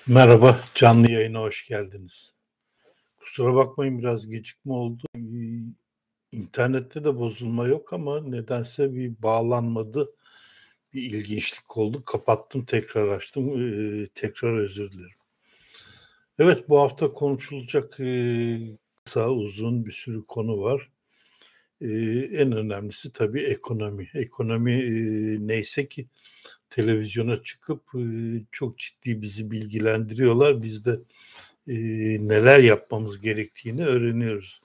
Merhaba, canlı yayına hoş geldiniz. Kusura bakmayın biraz gecikme oldu. İnternette de bozulma yok ama nedense bir bağlanmadı. Bir ilginçlik oldu. Kapattım, tekrar açtım. Tekrar özür dilerim. Evet, bu hafta konuşulacak, kısa, uzun bir sürü konu var. En önemlisi tabii ekonomi. Ekonomi, neyse ki televizyona çıkıp, çok ciddi bizi bilgilendiriyorlar. Biz de neler yapmamız gerektiğini öğreniyoruz.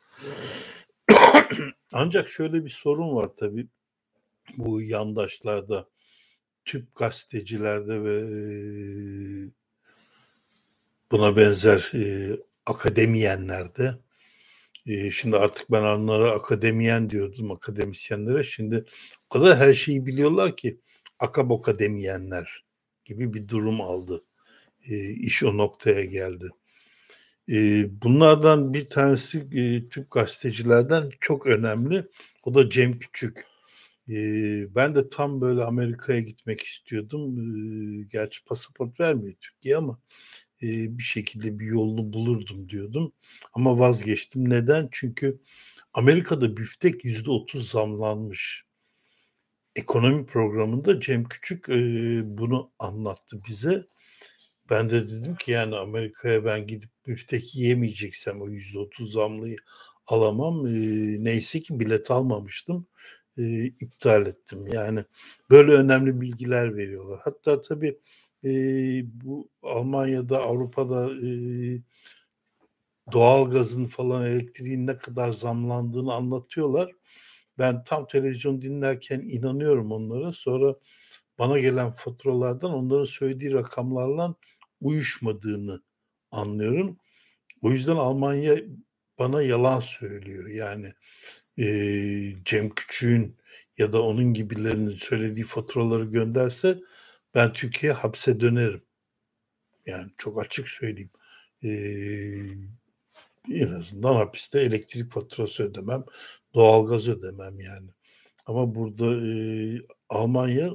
Ancak şöyle bir sorun var tabii bu yandaşlarda, tüp gazetecilerde ve, buna benzer, akademisyenlerde. Şimdi artık ben onlara akademisyen diyordum, akademisyenlere. Şimdi o kadar her şeyi biliyorlar ki akaboka demeyenler gibi bir durum aldı. İş o noktaya geldi. Bunlardan bir tanesi, Türk gazetecilerden çok önemli. O da Cem Küçük. Ben de tam böyle Amerika'ya gitmek istiyordum. Gerçi pasaport vermiyor Türkiye ama, bir şekilde bir yolunu bulurdum diyordum ama vazgeçtim. Neden? Çünkü Amerika'da büftek %30 zamlanmış. Ekonomi programında Cem Küçük, bunu anlattı bize. Ben de dedim ki yani Amerika'ya ben gidip büftek yiyemeyeceksem o %30 zamlıyı alamam. Neyse ki bilet almamıştım. İptal ettim. Yani böyle önemli bilgiler veriyorlar. Hatta tabii, bu Almanya'da, Avrupa'da, doğalgazın falan, elektriğin ne kadar zamlandığını anlatıyorlar. Ben tam televizyon dinlerken inanıyorum onlara. Sonra bana gelen faturalardan onların söylediği rakamlarla uyuşmadığını anlıyorum. O yüzden Almanya bana yalan söylüyor. Yani, Cem Küçük'ün ya da onun gibilerinin söylediği faturaları gönderse ben Türkiye'ye hapse dönerim. Yani çok açık söyleyeyim. Eee, En azından hapiste elektrik faturası ödemem, doğalgaz ödemem yani. Ama burada, Almanya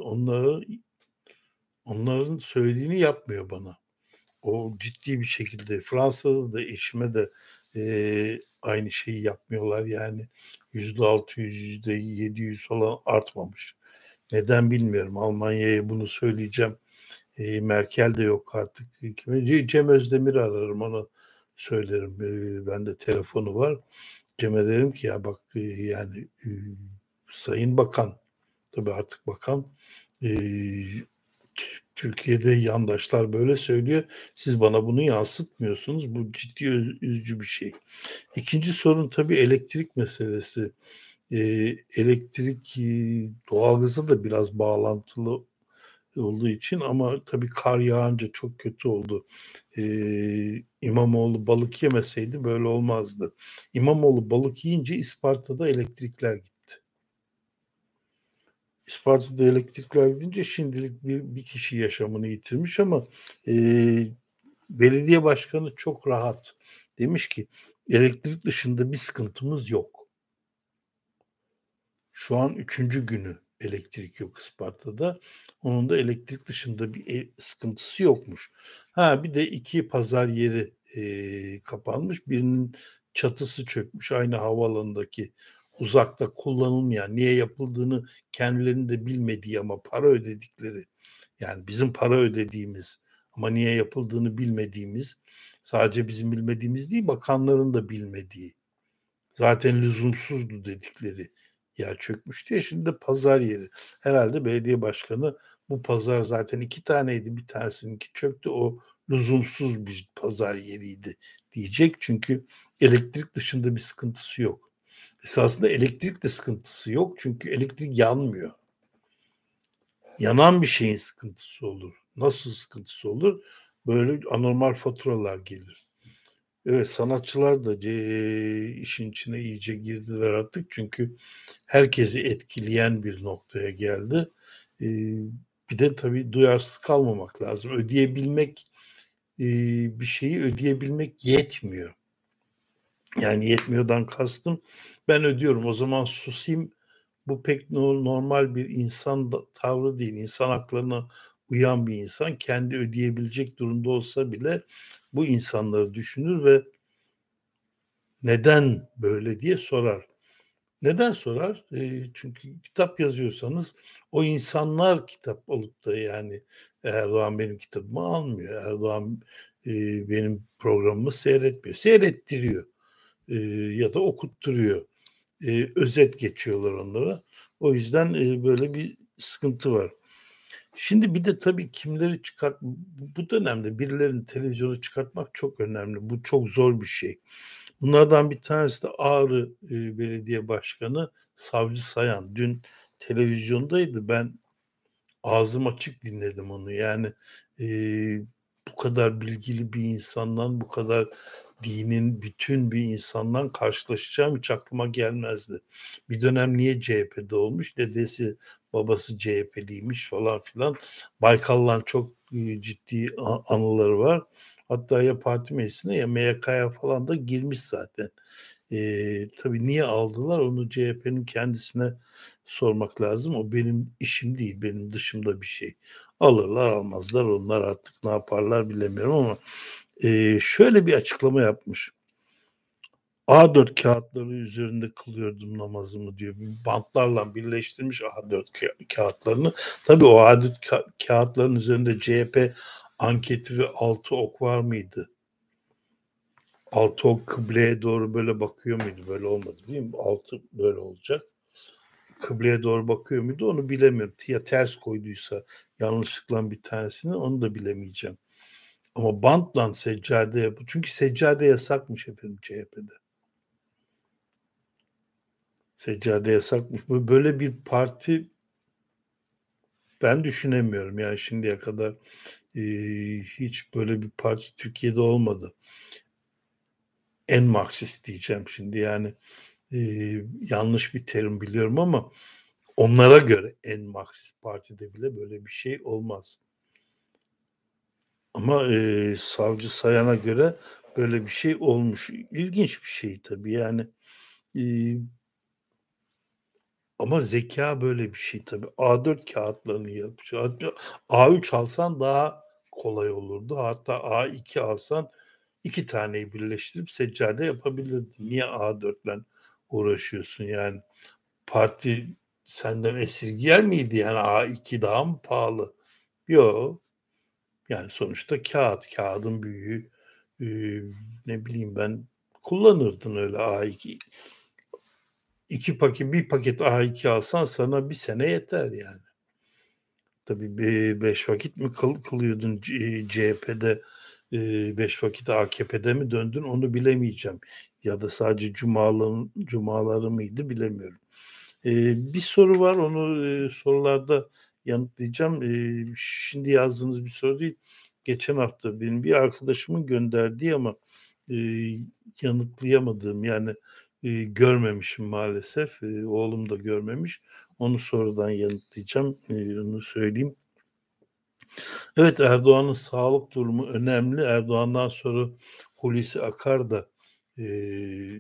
onların söylediğini yapmıyor bana. O ciddi bir şekilde Fransa'da da eşime de, aynı şeyi yapmıyorlar yani %600, %700 falan artmamış. Neden bilmiyorum. Almanya'ya bunu söyleyeceğim. Merkel de yok artık. Kime? Cem Özdemir'i ararım, ona söylerim. Bende telefonu var. Cem'e derim ki ya bak, yani, sayın bakan, tabii artık bakan, eee Türkiye'de yandaşlar böyle söylüyor. Siz bana bunu yansıtmıyorsunuz. Bu ciddi üzücü bir şey. İkinci sorun tabii elektrik meselesi. Elektrik, doğalgaza da biraz bağlantılı olduğu için ama tabii kar yağınca çok kötü oldu. İmamoğlu balık yemeseydi böyle olmazdı. İmamoğlu balık yiyince Isparta'da elektrikler gitti. Isparta'da elektrikler gidince şimdilik bir kişi yaşamını yitirmiş ama, eee, belediye başkanı çok rahat. Demiş ki elektrik dışında bir sıkıntımız yok. Şu an 3. günü elektrik yok Isparta'da. Onun da elektrik dışında bir sıkıntısı yokmuş. Ha, bir de 2 pazar yeri, kapanmış. Birinin çatısı çökmüş aynı havaalanındaki uzakta kullanılmayan, niye yapıldığını kendilerinin de bilmediği ama para ödedikleri, yani bizim para ödediğimiz ama niye yapıldığını bilmediğimiz, sadece bizim bilmediğimiz değil bakanların da bilmediği, zaten lüzumsuzdu dedikleri yer çökmüştü ya, şimdi de pazar yeri. Herhalde belediye başkanı bu pazar zaten 2 taneydi, bir tanesininki çöktü, o lüzumsuz bir pazar yeriydi diyecek. Çünkü elektrik dışında bir sıkıntısı yok. Esasında elektrik de sıkıntısı yok çünkü elektrik yanmıyor. Yanan bir şeyin sıkıntısı olur. Nasıl sıkıntısı olur? Böyle anormal faturalar gelir. Evet, sanatçılar da, işin içine iyice girdiler artık çünkü herkesi etkileyen bir noktaya geldi. Eee, Bir de tabii duyarsız kalmamak lazım. Ödeyebilmek, bir şeyi ödeyebilmek yetmiyor. Yani yetmiyordan kastım, ben ödüyorum o zaman susayım, bu pek normal bir insan tavrı değil. İnsan haklarına uyan bir insan kendi ödeyebilecek durumda olsa bile bu insanları düşünür ve neden böyle diye sorar. Neden sorar? Çünkü kitap yazıyorsanız o insanlar kitap alıp da yani Erdoğan benim kitabımı almıyor. Erdoğan benim programımı seyretmiyor. Seyrettiriyor ya da okutturuyor. Özet geçiyorlar onlara. O yüzden böyle bir sıkıntı var. Şimdi bir de tabii kimleri bu dönemde birilerini televizyona çıkartmak çok önemli. Bu çok zor bir şey. Bunlardan bir tanesi de Ağrı Belediye Başkanı Savcı Sayan. Dün televizyondaydı. Ben ağzım açık dinledim onu. Yani bu kadar bilgili bir insandan, bu kadar dinin bütün bir insandan karşılaşacağım hiç aklıma gelmezdi. Bir dönem niye CHP'de olmuş? Dedesi, babası CHP'liymiş falan filan. Baykal'la çok ciddi anıları var. Hatta ya parti meclisine ya MYK'ya falan da girmiş zaten. Tabii niye aldılar onu CHP'nin kendisine sormak lazım. O benim işim değil, benim dışımda bir şey. Alırlar almazlar onlar artık ne yaparlar bilemiyorum ama şöyle bir açıklama yapmış. A4 kağıtları üzerinde kılıyordum namazımı diyor. Bantlarla birleştirmiş A4 kağıtlarını. Tabii o A4 kağıtların üzerinde CHP anketi ve altı ok var mıydı? Altı ok kıbleye doğru böyle bakıyor muydu? Böyle olmadı değil mi? Altı böyle olacak. Kıbleye doğru bakıyor muydu onu bilemiyorum. Ya ters koyduysa yanlışlıkla bir tanesini onu da bilemeyeceğim. Ama bantla seccade çünkü seccade yasakmış efendim CHP'de. Seccade yasakmış. Böyle bir parti ben düşünemiyorum. Yani şimdiye kadar hiç böyle bir parti Türkiye'de olmadı. En Marksist diyeceğim şimdi yani yanlış bir terim biliyorum ama onlara göre en Marksist partide bile böyle bir şey olmaz. Ama Savcı Sayan'a göre böyle bir şey olmuş. İlginç bir şey tabii yani. Eee, ama zeka böyle bir şey tabii. A4 kağıtlarını yapmış. A3 alsan daha kolay olurdu. Hatta A2 alsan 2 taneyi birleştirip seccade yapabilirdin. Niye A4'le uğraşıyorsun yani? Parti senden esirger miydi yani A2 daha mı pahalı? Yok. Yani sonuçta kağıdın büyüğü, ne bileyim ben, kullanırdın öyle A2. 1 paket A2 alsan sana bir sene yeter yani. Tabii 5 vakit mi kılıyordun CHP'de, 5 vakit AKP'de mi döndün onu bilemeyeceğim. Ya da sadece cumaları mıydı bilemiyorum. Bir soru var onu, sorularda yanıtlayacağım. Şimdi yazdığınız bir soru değil. Geçen hafta benim bir arkadaşımın gönderdiği ama, eee, yanıtlayamadığım yani, görmemişim maalesef. Oğlum da görmemiş. Onu sonradan yanıtlayacağım. Onu söyleyeyim. Evet, Erdoğan'ın sağlık durumu önemli. Erdoğan'dan sonra Hulusi Akar da, eee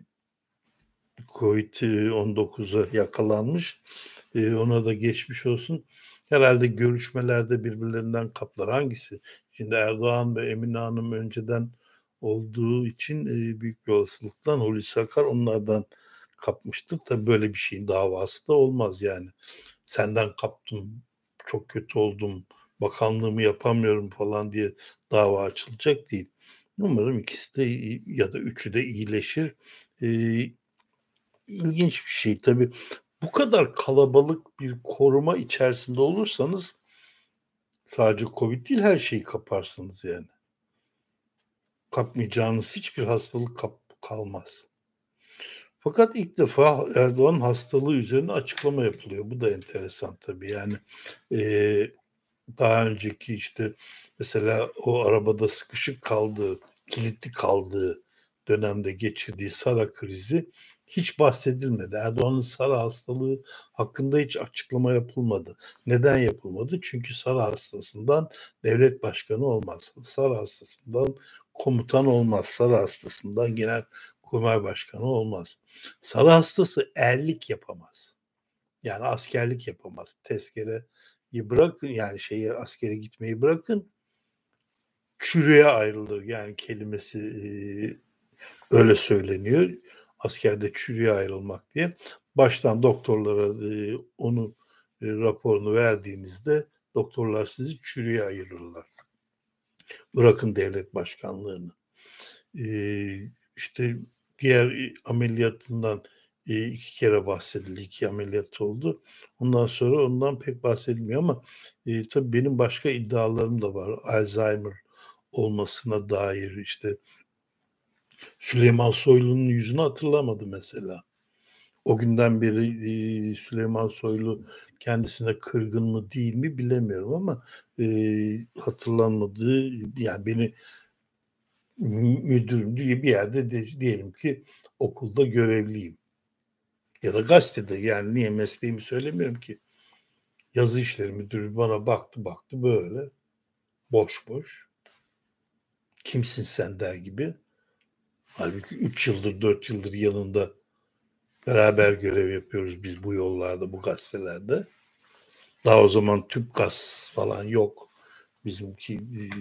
COVID-19'a yakalanmış. Ona da geçmiş olsun. Herhalde görüşmelerde birbirlerinden kaplar. Hangisi? Şimdi Erdoğan ve Emine Hanım önceden olduğu için, büyük bir olasılıkla Hulusi Akar onlardan kapmıştır. Tabii böyle bir şeyin davası da olmaz yani. Senden kaptım, çok kötü oldum, bakanlığımı yapamıyorum falan diye dava açılacak değil. Umarım ikisi de ya da üçü de iyileşir. Eee İlginç bir şey tabii. Bu kadar kalabalık bir koruma içerisinde olursanız sadece COVID değil, her şeyi kaparsınız yani. Kapmayacağınız hiçbir hastalık kalmaz. Fakat ilk defa Erdoğan'ın hastalığı üzerine açıklama yapılıyor. Bu da enteresan tabii yani. Eee, daha önceki, işte, mesela o arabada sıkışık kaldığı, kilitli kaldığı dönemde geçirdiği SARA krizi hiç bahsedilmedi. Erdoğan'ın SARA hastalığı hakkında hiç açıklama yapılmadı. Neden yapılmadı? Çünkü SARA hastasından devlet başkanı olmaz. SARA hastasından komutan olmaz. SARA hastasından genelkurmay başkanı olmaz. SARA hastası erlik yapamaz. Yani askerlik yapamaz. Tezkere bırakın, yani askere gitmeyi bırakın, çürüye ayrılır. Yani kelimesi, öyle söyleniyor. Askerde çürüye ayrılmak diye. Baştan doktorlara, onu, raporunu verdiğinizde doktorlar sizi çürüye ayırırlar. Bırakın devlet başkanlığını. İşte diğer ameliyatından, 2 kere bahsedildi. 2 ameliyat oldu. Ondan sonra ondan pek bahsedilmiyor ama, tabii benim başka iddialarım da var. Alzheimer olmasına dair, işte Süleyman Soylu'nun yüzünü hatırlamadı mesela. O günden beri, Süleyman Soylu kendisine kırgın mı değil mi bilemiyorum ama, hatırlanmadığı, yani beni müdürüm diye bir yerde diyelim ki okulda görevliyim ya da gazetede, yani niye mesleğimi söylemiyorum ki. Yazı işleri müdürü bana baktı böyle boş boş. Kimsin sen der gibi. Halbuki 3 yıldır 4 yıldır yanında beraber görev yapıyoruz biz bu yollarda, bu gazetelerde. Daha o zaman TÜPGAZ falan yok. Bizimki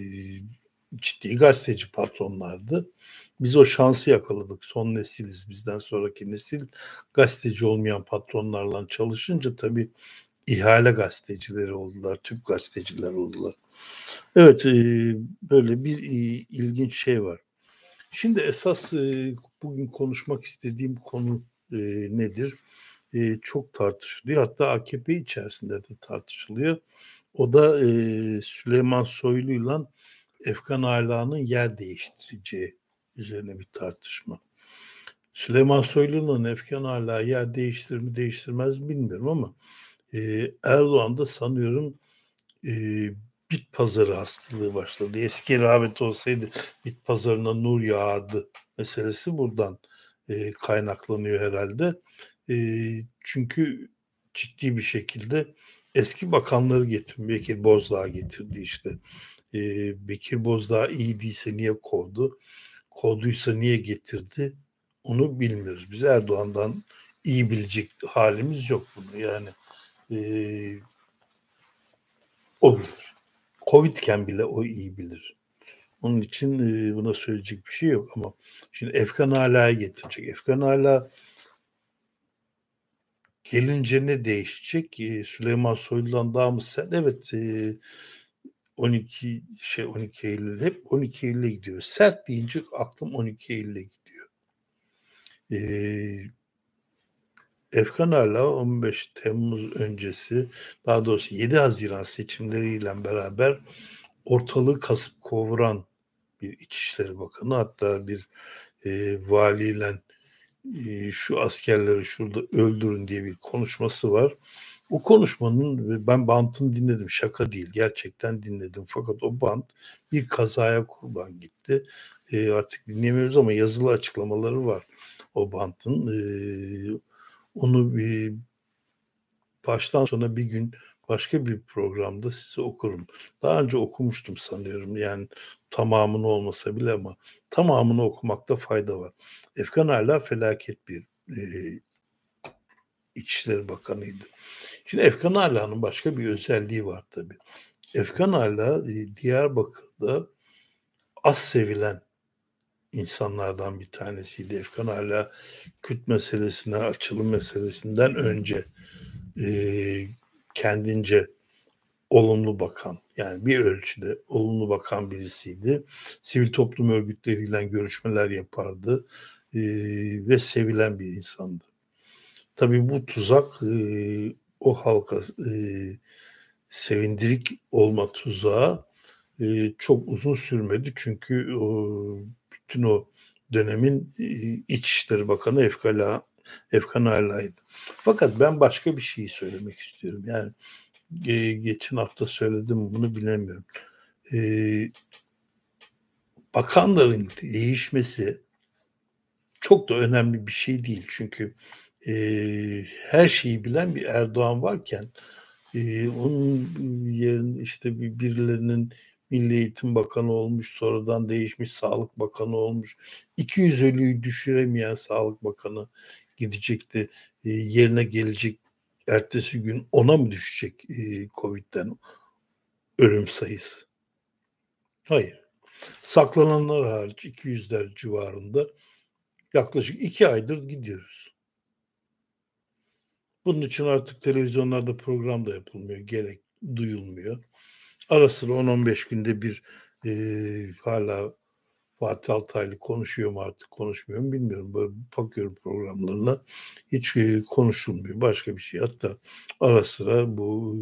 ciddi gazeteci patronlardı. Biz o şansı yakaladık. Son nesiliz. Bizden sonraki nesil gazeteci olmayan patronlarla çalışınca tabii ihale gazetecileri oldular, tüp gazeteciler oldular. Evet, böyle bir ilginç şey var. Şimdi esas, bugün konuşmak istediğim konu nedir? Çok tartışılıyor. Hatta AKP içerisinde de tartışılıyor. O da Süleyman Soylu'yla Efkan Ala'nın yer değiştireceği üzerine bir tartışma. Süleyman Soylu'nun Efkan Ala yer değiştirir mi değiştirmez mi bilmiyorum ama Erdoğan da sanıyorum bit pazarı hastalığı başladı. Eski rağbet olsaydı bit pazarına nur yağardı meselesi buradan kaynaklanıyor herhalde. Çünkü ciddi bir şekilde eski bakanları getirdi. Bekir Bozdağ getirdi işte. Bekir Bozdağ iyi değilse niye kovdu? Kovduysa niye getirdi? Onu bilmiyoruz. Biz Erdoğan'dan iyi bilecek halimiz yok bunu. Yani o bilir. Covid'ken bile o iyi bilir. Onun için buna söyleyecek bir şey yok ama şimdi Efkan Ala'yı getirecek. Efkan Ala gelince ne değişecek? Süleyman Soylu'dan daha mı sert? Evet, 12 Eylül hep 12 Eylül'e gidiyor. Sert deyince aklım 12 Eylül'e gidiyor. Efkan Ala 15 Temmuz öncesi, daha doğrusu 7 Haziran seçimleriyle beraber ortalığı kasıp kavuran bir İçişleri Bakanı, hatta bir valiyle şu askerleri şurada öldürün diye bir konuşması var. O konuşmanın ben bantını dinledim. Şaka değil. Gerçekten dinledim. Fakat o bant bir kazaya kurban gitti. Artık dinlemiyoruz ama yazılı açıklamaları var o bantın. Onu baştan sona bir gün başka bir programda size okurum. Daha önce okumuştum sanıyorum. Yani tamamını olmasa bile ama tamamını okumakta fayda var. Efkan Ala felaket bir İçişleri Bakanı'ydı. Şimdi Efkan Ala'nın başka bir özelliği var tabii. Efkan Ala Diyarbakır'da az sevilen insanlardan bir tanesiydi. Efkan Ala Kürt meselesine, açılım meselesinden önce kendince olumlu bakan, yani bir ölçüde olumlu bakan birisiydi. Sivil toplum örgütleriyle görüşmeler yapardı ve sevilen bir insandı. Tabii bu tuzak, o halka sevindirik olma tuzağı çok uzun sürmedi. Çünkü bütün o dönemin İçişleri Bakanı Efkan Ala'ydı. Fakat ben başka bir şeyi söylemek istiyorum. Yani geçen hafta söyledim bunu, bilemiyorum. Bakanların değişmesi çok da önemli bir şey değil. Çünkü her şeyi bilen bir Erdoğan varken onun yerine işte birilerinin Milli Eğitim Bakanı olmuş, sonradan değişmiş, Sağlık Bakanı olmuş. 200 ölüyü düşüremeyen Sağlık Bakanı gidecekti. Yerine gelecek ertesi gün 10'a mı düşecek COVID'den ölüm sayısı? Hayır. Saklananlar hariç 200'ler civarında yaklaşık 2 aydır gidiyoruz. Bunun için artık televizyonlarda program da yapılmıyor, gerek duyulmuyor. Ara sıra 10-15 günde bir hâlâ Fatih Altaylı konuşuyor mu artık, konuşmuyor mu bilmiyorum. Böyle bakıyorum programlarına, hiç, konuşulmuyor. Başka bir şey. Hatta ara sıra bu,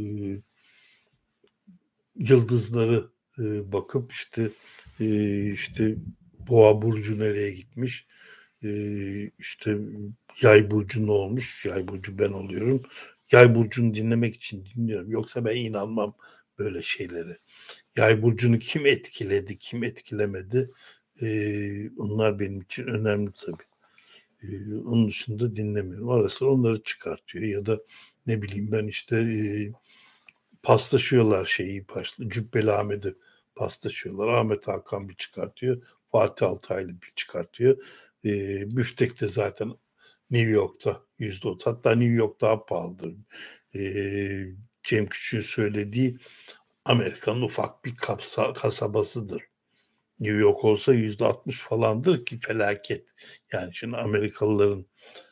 yıldızları, bakıp, işte, Boğa burcu nereye gitmiş, işte, Yay burcu ne olmuş? Yay burcu ben oluyorum. Yay burcunu dinlemek için dinliyorum. Yoksa ben inanmam böyle şeylere. Yay burcunu kim etkiledi, kim etkilemedi, onlar benim için önemli tabii. Onun dışında dinlemiyorum. Ara sıra onları çıkartıyor ya da ne bileyim ben, işte, paslaşıyorlar şeyi, Cübbeli Ahmet'i paslaşıyorlar. Ahmet Hakan bir çıkartıyor, Fatih Altaylı bir çıkartıyor. Büftek de zaten New York'ta %30, hatta New York daha pahalıdır. Cem Küçük'ün söylediği Amerika'nın ufak bir kasabasıdır. New York olsa %60 falandır ki felaket. Yani şimdi Amerikalıların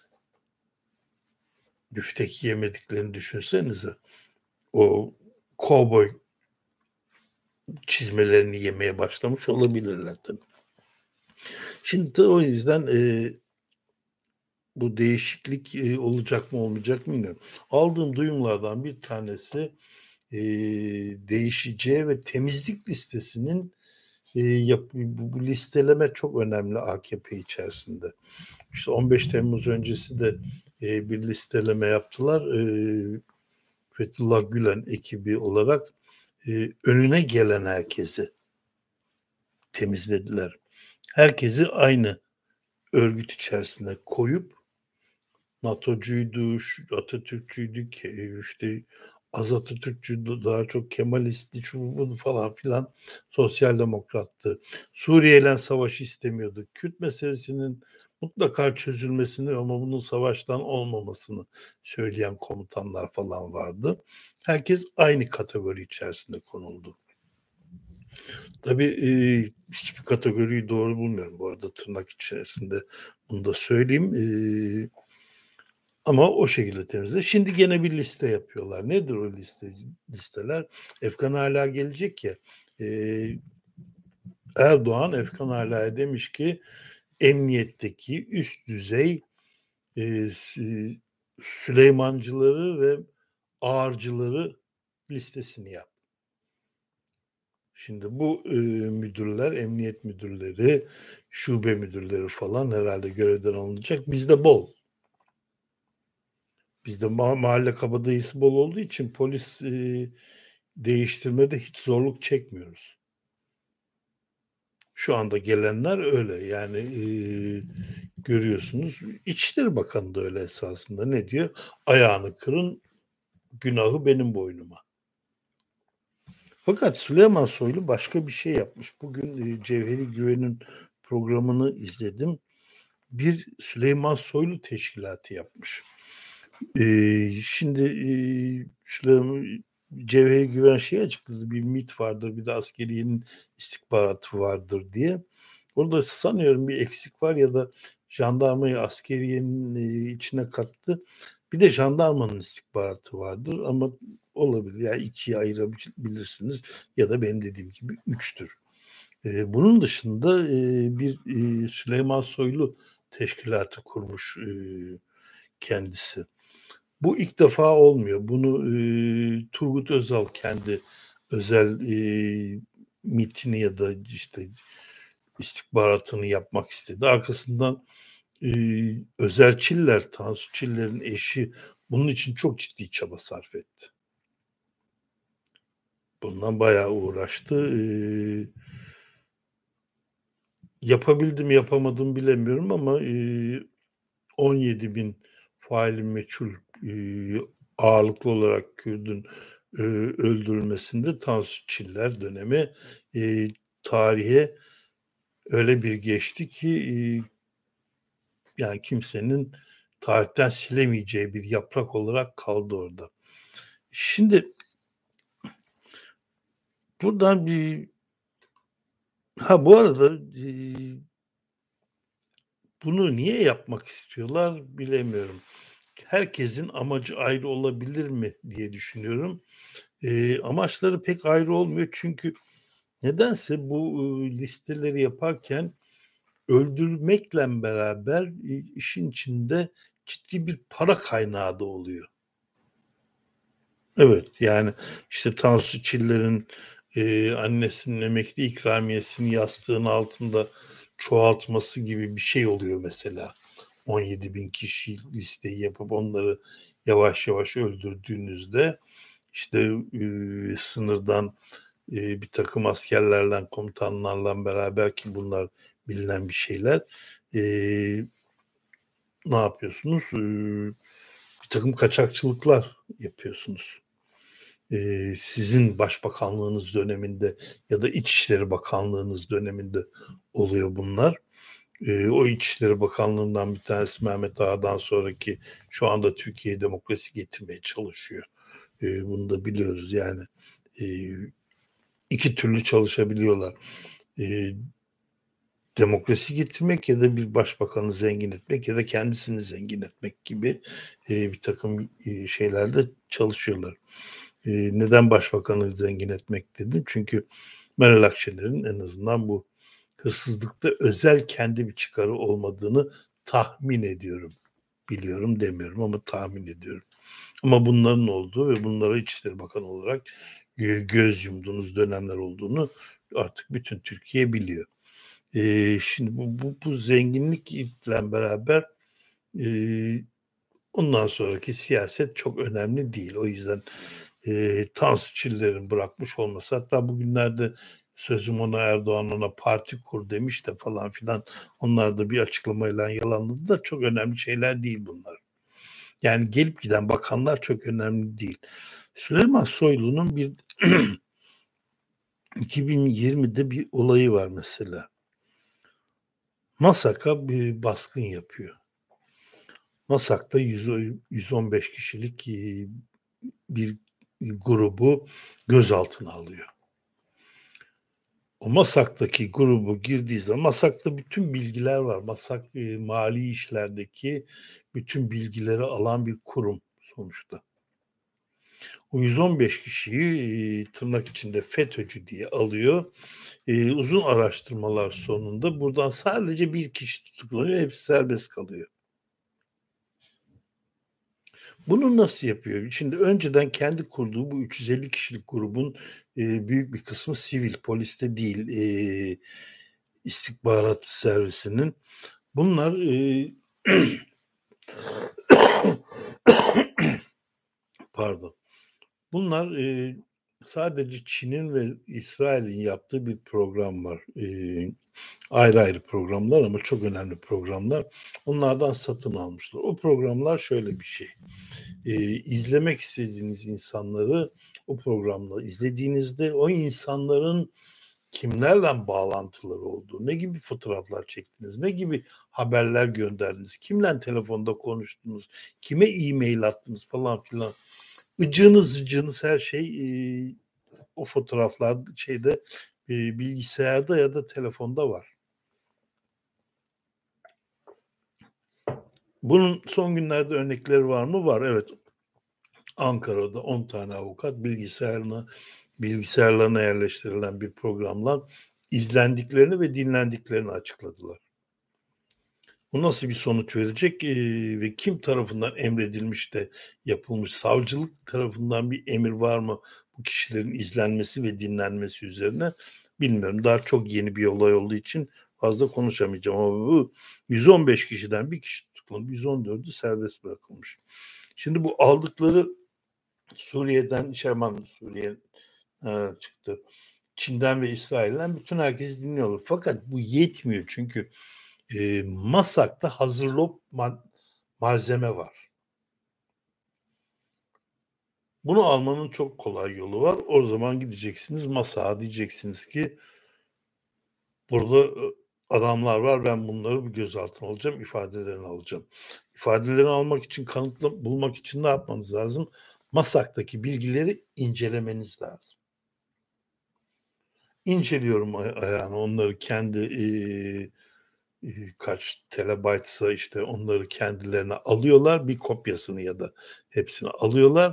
büftek yemediklerini düşünsenize. O kovboy çizmelerini yemeye başlamış olabilirler tabii. Şimdi de o yüzden, bu değişiklik, olacak mı olmayacak mı bilmiyorum. Aldığım duyumlardan bir tanesi, değişeceği ve temizlik listesinin, bu listeleme çok önemli AKP içerisinde. İşte 15 Temmuz öncesi de, bir listeleme yaptılar. Fethullah Gülen ekibi olarak, önüne gelen herkesi temizlediler. Herkesi aynı örgüt içerisine koyup NATO'cuydu, Atatürkçüydü, işte az Atatürkçüydü, daha çok Kemalistti, şu bu falan filan, sosyal demokrattı. Suriye'yle savaş istemiyordu. Kürt meselesinin mutlaka çözülmesini ama bunun savaştan olmamasını söyleyen komutanlar falan vardı. Herkes aynı kategori içerisinde konuldu. Tabii, hiçbir kategoriyi doğru bulmuyorum bu arada, tırnak içerisinde bunu da söyleyeyim. Ama o şekilde temizle. Şimdi gene bir liste yapıyorlar. Nedir o listeler? Efkan Ala gelecek ya, eee, Erdoğan Efkan Ala'ya demiş ki emniyetteki üst düzey, eee, Süleymancıları ve ağırcıları listesini yap. Şimdi bu, müdürler, emniyet müdürleri, şube müdürleri falan herhâlde görevden alınacak. Bizde bol. Bizde mahalle kabadayısı bol olduğu için polis, değiştirmede hiç zorluk çekmiyoruz. Şu anda gelenler öyle. Yani, görüyorsunuz. İçişleri Bakanı da öyle esasında. Ne diyor? "Ayağını kırın, günahı benim boynuma." Fakat Süleyman Soylu başka bir şey yapmış. Bugün, Cevheri Güven'in programını izledim. Bir Süleyman Soylu teşkilatı yapmış. Şimdi, Cevheri Güven şeyi açıkladı, bir MİT vardır, bir de askeriyenin istihbaratı vardır diye. Orada sanıyorum bir eksik var ya da jandarmayı askeriyenin, içine kattı. Bir de jandarmanın istihbaratı vardır ama olabilir. Yani 2'ye ayırabilirsiniz ya da benim dediğim gibi 3'tür. Bunun dışında, bir, Süleyman Soylu teşkilatı kurmuş, kendisi. Bu ilk defa olmuyor. Bunu, Turgut Özal kendi özel, MİT'ini ya da, işte, istihbaratını yapmak istedi. Arkasından, Özer Çiller, Tansu Çiller'in eşi bunun için çok ciddi çaba sarf etti. Bundan bayağı uğraştı. Yapabildi mi yapamadı mı bilemiyorum ama, 17.000 faili meçhul, ağırlıklı olarak Kürt'ün, öldürülmesinde Tansu Çiller dönemi, tarihe öyle bir geçti ki, yani kimsenin tarihten silemeyeceği bir yaprak olarak kaldı orada. Şimdi buradan bu arada, bunu niye yapmak istiyorlar bilemiyorum. Herkesin amacı ayrı olabilir mi diye düşünüyorum. Amaçları pek ayrı olmuyor çünkü nedense bu, listeleri yaparken öldürmekle beraber, işin içinde ciddi bir para kaynağı da oluyor. Evet, yani, işte, Tansu Çiller'in, annesinin emekli ikramiyesini yastığın altında çoğaltması gibi bir şey oluyor mesela. 17.000 kişi listeyi yapıp onları yavaş yavaş öldürdüğünüzde, işte, sınırdan, birtakım askerlerle, komutanlarla beraber ki bunlar bilinen bir şeyler, eee, ne yapıyorsunuz? Birtakım kaçakçılıklar yapıyorsunuz. Sizin başbakanlığınız döneminde ya da İçişleri Bakanlığınız döneminde oluyor bunlar. O İçişleri Bakanlığı'ndan bir tanesi Mehmet Ağar'dan sonraki şu anda Türkiye'ye demokrasi getirmeye çalışıyor. Bunu da biliyoruz yani. Eee, 2 türlü çalışabiliyorlar. Eee, Demokrasi getirmek ya da bir başbakanı zengin etmek ya da kendisini zengin etmek gibi, birtakım, şeylerde çalışıyorlar. Neden başbakanı zengin etmek dedim? Çünkü Meral Akşener'in en azından bu hırsızlıkta özel kendi bir çıkarı olmadığını tahmin ediyorum. Biliyorum demiyorum ama tahmin ediyorum. Ama bunların olduğu ve bunlara İçişleri Bakanı olarak, göz yumduğunuz dönemler olduğunu artık bütün Türkiye biliyor. Şimdi bu zenginlikle beraber, eee, ondan sonraki siyaset çok önemli değil. O yüzden, Tansu Çiller'in bırakmış olması hatta bugünlerde sözüm ona Erdoğan ona parti kur demiş de falan filan onlar da bir açıklamayla yalanladı da çok önemli şeyler değil bunlar. Yani gelip giden bakanlar çok önemli değil. Süleyman Soylu'nun bir 2020'de bir olayı var mesela. MASAK'a bir baskın yapıyor. MASAK'ta 115 kişilik, bir grubu gözaltına alıyor. O MASAK'taki grubu girdiği zaman MASAK'ta bütün bilgiler var. MASAK, mali işlerdeki bütün bilgileri alan bir kurum sonuçta. O 115 kişiyi, tırnak içinde FETÖ'cü diye alıyor. Uzun araştırmalar sonunda buradan sadece bir kişi tutuklanıyor, hepsi serbest kalıyor. Bunu nasıl yapıyor? Şimdi önceden kendi kurduğu bu 350 kişilik grubun, büyük bir kısmı sivil, poliste değil, istihbarat servisinin. Bunlar, pardon. Bunlar, sadece Çin'in ve İsrail'in yaptığı bir program var. Ayrı ayrı programlar ama çok önemli programlar. Onlardan satın almışlar. O programlar şöyle bir şey. İzlemek istediğiniz insanları o programla izlediğinizde o insanların kimlerle bağlantıları olduğu, ne gibi fotoğraflar çektiniz, ne gibi haberler gönderdiniz, kimle telefonda konuştunuz, kime e-mail attınız falan filan. Icığınız her şey, o fotoğraflar şeyde, bilgisayarda ya da telefonda var. Bunun son günlerde örnekleri var mı? Var, evet. Ankara'da 10 tane avukat bilgisayarlarına yerleştirilen bir programla izlendiklerini ve dinlendiklerini açıkladılar. Bu nasıl bir sonuç verecek, ve kim tarafından emredilmiş de yapılmış? Savcılık tarafından bir emir var mı bu kişilerin izlenmesi ve dinlenmesi üzerine? Bilmiyorum. Daha çok yeni bir olay olduğu için fazla konuşamayacağım ama bu 115 kişiden bir kişi tutuklanıp 114'ü serbest bırakılmış. Şimdi bu aldıkları Suriye'den, Suriye çıktı. Çin'den ve İsrail'den bütün herkes dinliyorlar. Fakat bu yetmiyor çünkü MASAK'ta hazırlop malzeme var. Bunu almanın çok kolay yolu var. O zaman gideceksiniz MASAK'a diyeceksiniz ki burada adamlar var, ben bunları bir gözaltına alacağım, ifadelerini alacağım. İfadelerini almak için, bulmak için ne yapmanız lazım? MASAK'taki bilgileri incelemeniz lazım. İnceliyorum yani onları kendi, kaç terabaytsa işte onları kendilerine alıyorlar, bir kopyasını ya da hepsini alıyorlar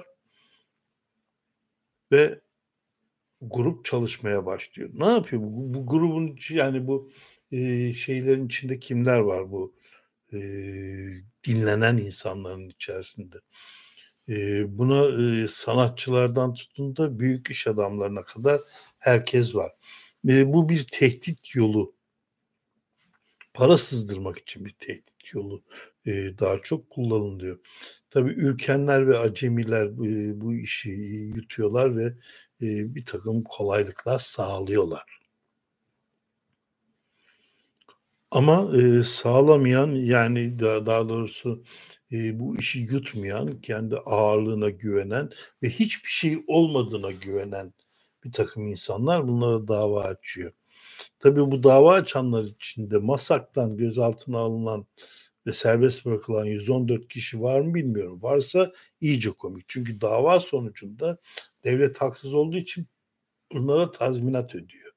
ve grup çalışmaya başlıyor. Ne yapıyor bu grubun yani bu, şeylerin içinde kimler var bu, dinlenen insanların içerisinde? Buna, sanatçılardan tutun da büyük iş adamlarına kadar herkes var. Bu bir tehdit yolu. Para sızdırmak için bir tehdit yolu, daha çok kullanılıyor. Tabii ürkenler ve acemiler, bu işi yutuyorlar ve, birtakım kolaylıklar sağlıyorlar. Ama, sağlamayan, yani daha doğrusu, bu işi yutmayan, kendi ağırlığına güvenen ve hiçbir şey olmadığına güvenen birtakım insanlar bunlara dava açıyor. Tabii bu dava açanlar içinde MASAK'tan gözaltına alınan ve serbest bırakılan 114 kişi var mı bilmiyorum. Varsa iyice komik. Çünkü dava sonucunda devlet haksız olduğu için bunlara tazminat ödüyor.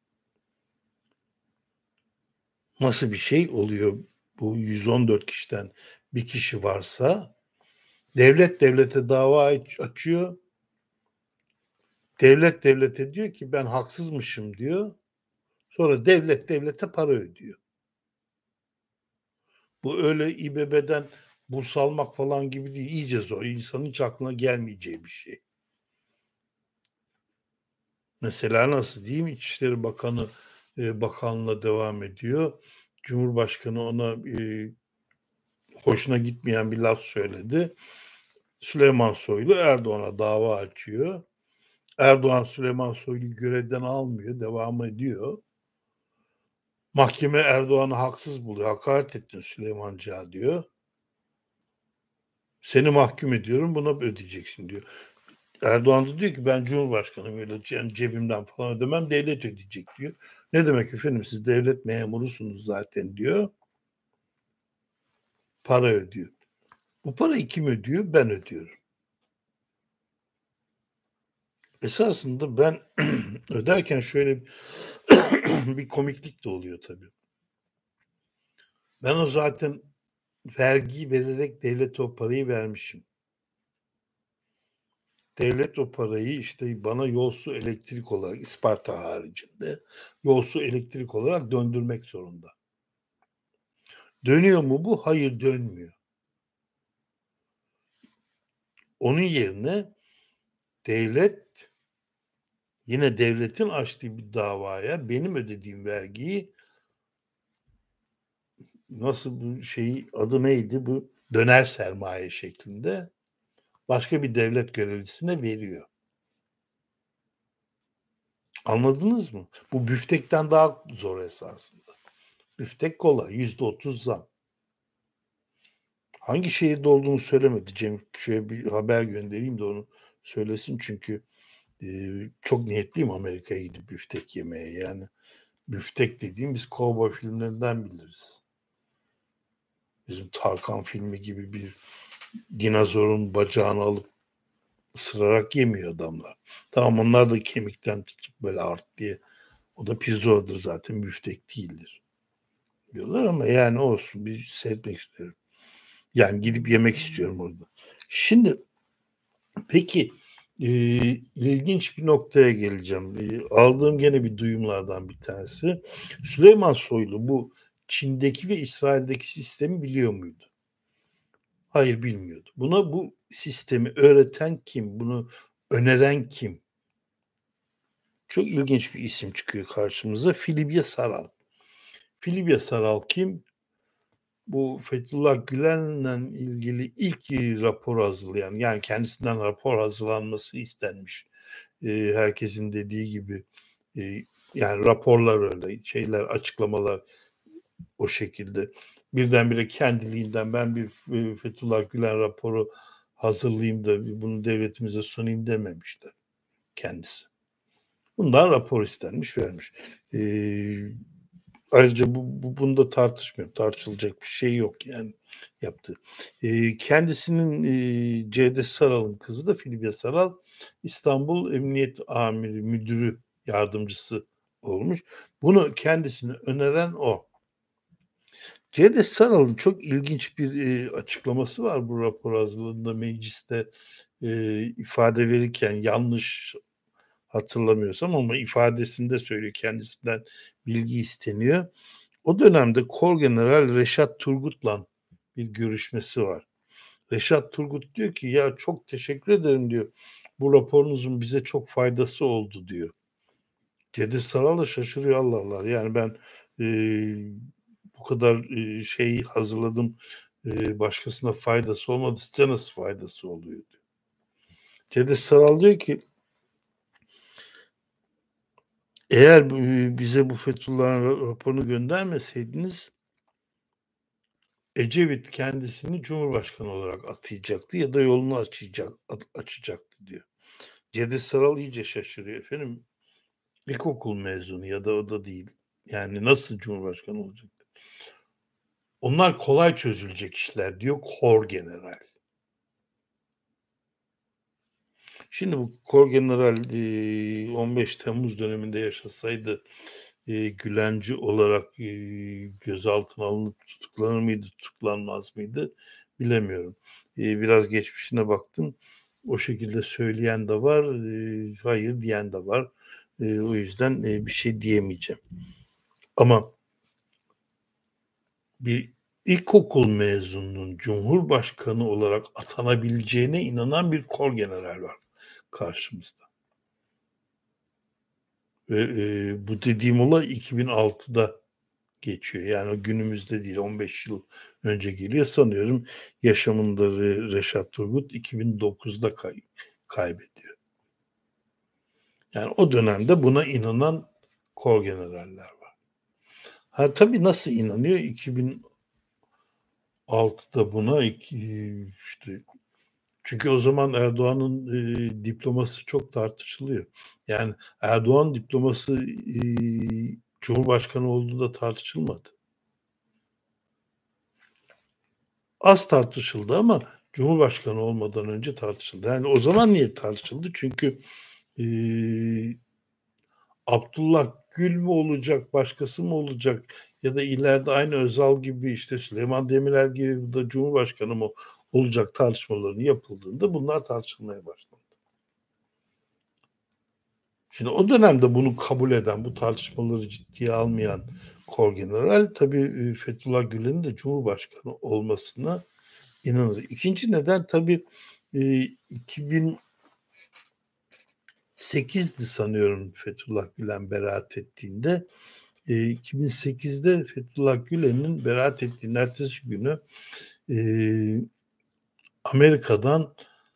Nasıl bir şey oluyor bu 114 kişiden bir kişi varsa? Devlet devlete dava açıyor. Devlet devlete diyor ki ben haksızmışım diyor. Sonra devlet devlete para ödüyor. Bu öyle İBB'den burs almak falan gibi değil. İyice zor. İnsanın hiç aklına gelmeyeceği bir şey. Mesela nasıl diyeyim? İçişleri Bakanı bakanlığına devam ediyor. Cumhurbaşkanı ona hoşuna gitmeyen bir laf söyledi. Süleyman Soylu Erdoğan'a dava açıyor. Erdoğan Süleyman Soylu'yu görevden almıyor, devam ediyor. Mahkeme Erdoğan'ı haksız buluyor. Hakaret ettin Süleymancığa diyor. Seni mahkum ediyorum, buna ödeyeceksin diyor. Erdoğan da diyor ki ben Cumhurbaşkanıyım, öyle yani cebimden falan ödemem, devlet ödeyecek diyor. Ne demek efendim, siz devlet memurusunuz zaten diyor. Para ödüyor. Bu parayı kim ödüyor? Ben ödüyorum. Esasında ben öderken şöyle bir komiklik de oluyor tabii. Ben o zaten vergi vererek devlete o parayı vermişim. Devlet o parayı işte bana yol, su, elektrik olarak Isparta haricinde yol, su, elektrik olarak döndürmek zorunda. Dönüyor mu bu? Hayır, dönmüyor. Onun yerine devlet yine devletin açtığı bir davaya benim ödediğim vergiyi nasıl bu şeyi adı neydi bu döner sermaye şeklinde başka bir devlet görevlisine veriyor. Anladınız mı? Bu büftekten daha zor esasında. Büftek kolay, %30 zam. Hangi şehirde olduğunu söylemedi. Cem şöyle bir haber göndereyim de onu söylesin çünkü, çok niyetliyim Amerika'ya gidip büftek yemeye. Yani büftek dediğim biz kovboy filmlerinden biliriz. Bizim Tarkan filmi gibi bir dinozorun bacağını alıp ısırarak yemiyor adamlar. Tamam onlar da kemikten tutup böyle art diye. O da pirzoladır zaten büftek değildir diyorlar ama yani olsun bir seyretmek istiyorum. Yani gidip yemek istiyorum orada. Şimdi peki ilginç bir noktaya geleceğim. Aldığım gene bir duyumlardan bir tanesi. Süleyman Soylu bu Çin'deki ve İsrail'deki sistemi biliyor muydu? Hayır, bilmiyordu. Buna bu sistemi öğreten kim? Bunu öneren kim? Çok ilginç bir isim çıkıyor karşımıza. Filibye Saral. Filibye Saral kim? Bu Fethullah Gülen'le ilgili ilk rapor hazırlayan, yani kendisinden rapor hazırlanması istenmiş. Herkesin dediği gibi, yani raporlar öyle, şeyler, açıklamalar o şekilde. Birdenbire kendiliğinden ben bir Fethullah Gülen raporu hazırlayayım da bunu devletimize sunayım dememişler kendisi. Bundan rapor istenmiş, vermiş. Ayrıca bunda tartışmıyorum. Tartışılacak bir şey yok yani yaptığı. Kendisinin, Cevdet Saral'ın kızı da Filbiye Saral, İstanbul Emniyet Amiri Müdürü Yardımcısı olmuş. Bunu kendisine öneren o. Cevdet Saral'ın çok ilginç bir, açıklaması var bu rapor hazırlığında mecliste, ifade verirken yanlış hatırlamıyorsam ama ifadesinde söylüyor, kendisinden bilgi isteniyor. O dönemde Korgeneral Reşat Turgut'la bir görüşmesi var. Reşat Turgut diyor ki ya çok teşekkür ederim diyor. Bu raporunuzun bize çok faydası oldu diyor. Cevdet Saral da şaşırıyor Allah Allah. Yani ben bu kadar şey hazırladım başkasına faydası olmadı size nasıl faydası oluyor diyor. Cevdet Saral diyor ki eğer bize bu Fethullah'ın raporunu göndermeseydiniz Ecevit kendisini Cumhurbaşkanı olarak atayacaktı ya da yolunu açacaktı diyor. Cevdet Saral iyice şaşırıyor. Efendim ilkokul mezunu ya da o da değil. Yani nasıl Cumhurbaşkanı olacak? Onlar kolay çözülecek işler diyor Korgeneral. Şimdi bu Korgeneral 15 Temmuz döneminde yaşasaydı Gülenci olarak gözaltına alınıp tutuklanır mıydı, tutuklanmaz mıydı bilemiyorum. Biraz geçmişine baktım. O şekilde söyleyen de var, hayır diyen de var. O yüzden bir şey diyemeyeceğim. Ama bir ilkokul mezununun Cumhurbaşkanı olarak atanabileceğine inanan bir Korgeneral var karşımızda. Ve bu dediğim olay 2006'da geçiyor. Yani günümüzde değil 15 yıl önce geliyor. Sanıyorum yaşamında Reşat Turgut 2009'da kaybediyor. Yani o dönemde buna inanan korgeneraller var. Ha tabii nasıl inanıyor? 2006'da buna işte çünkü o zaman Erdoğan'ın diploması çok tartışılıyor. Yani Erdoğan diploması Cumhurbaşkanı olduğunda tartışılmadı. Az tartışıldı ama Cumhurbaşkanı olmadan önce tartışıldı. Yani o zaman niye tartışıldı? Çünkü Abdullah Gül mü olacak, başkası mı olacak ya da ileride aynı Özal gibi işte Süleyman Demirel gibi de Cumhurbaşkanı mı olacak tartışmalarının yapıldığında bunlar tartışılmaya başlandı. Şimdi o dönemde bunu kabul eden, bu tartışmaları ciddiye almayan Korgeneral tabii Fethullah Gülen'in de Cumhurbaşkanı olmasına inanır. İkinci neden tabii 2008'di sanıyorum Fethullah Gülen beraat ettiğinde. 2008'de Fethullah Gülen'in beraat ettiğinin ertesi günü Amerika'dan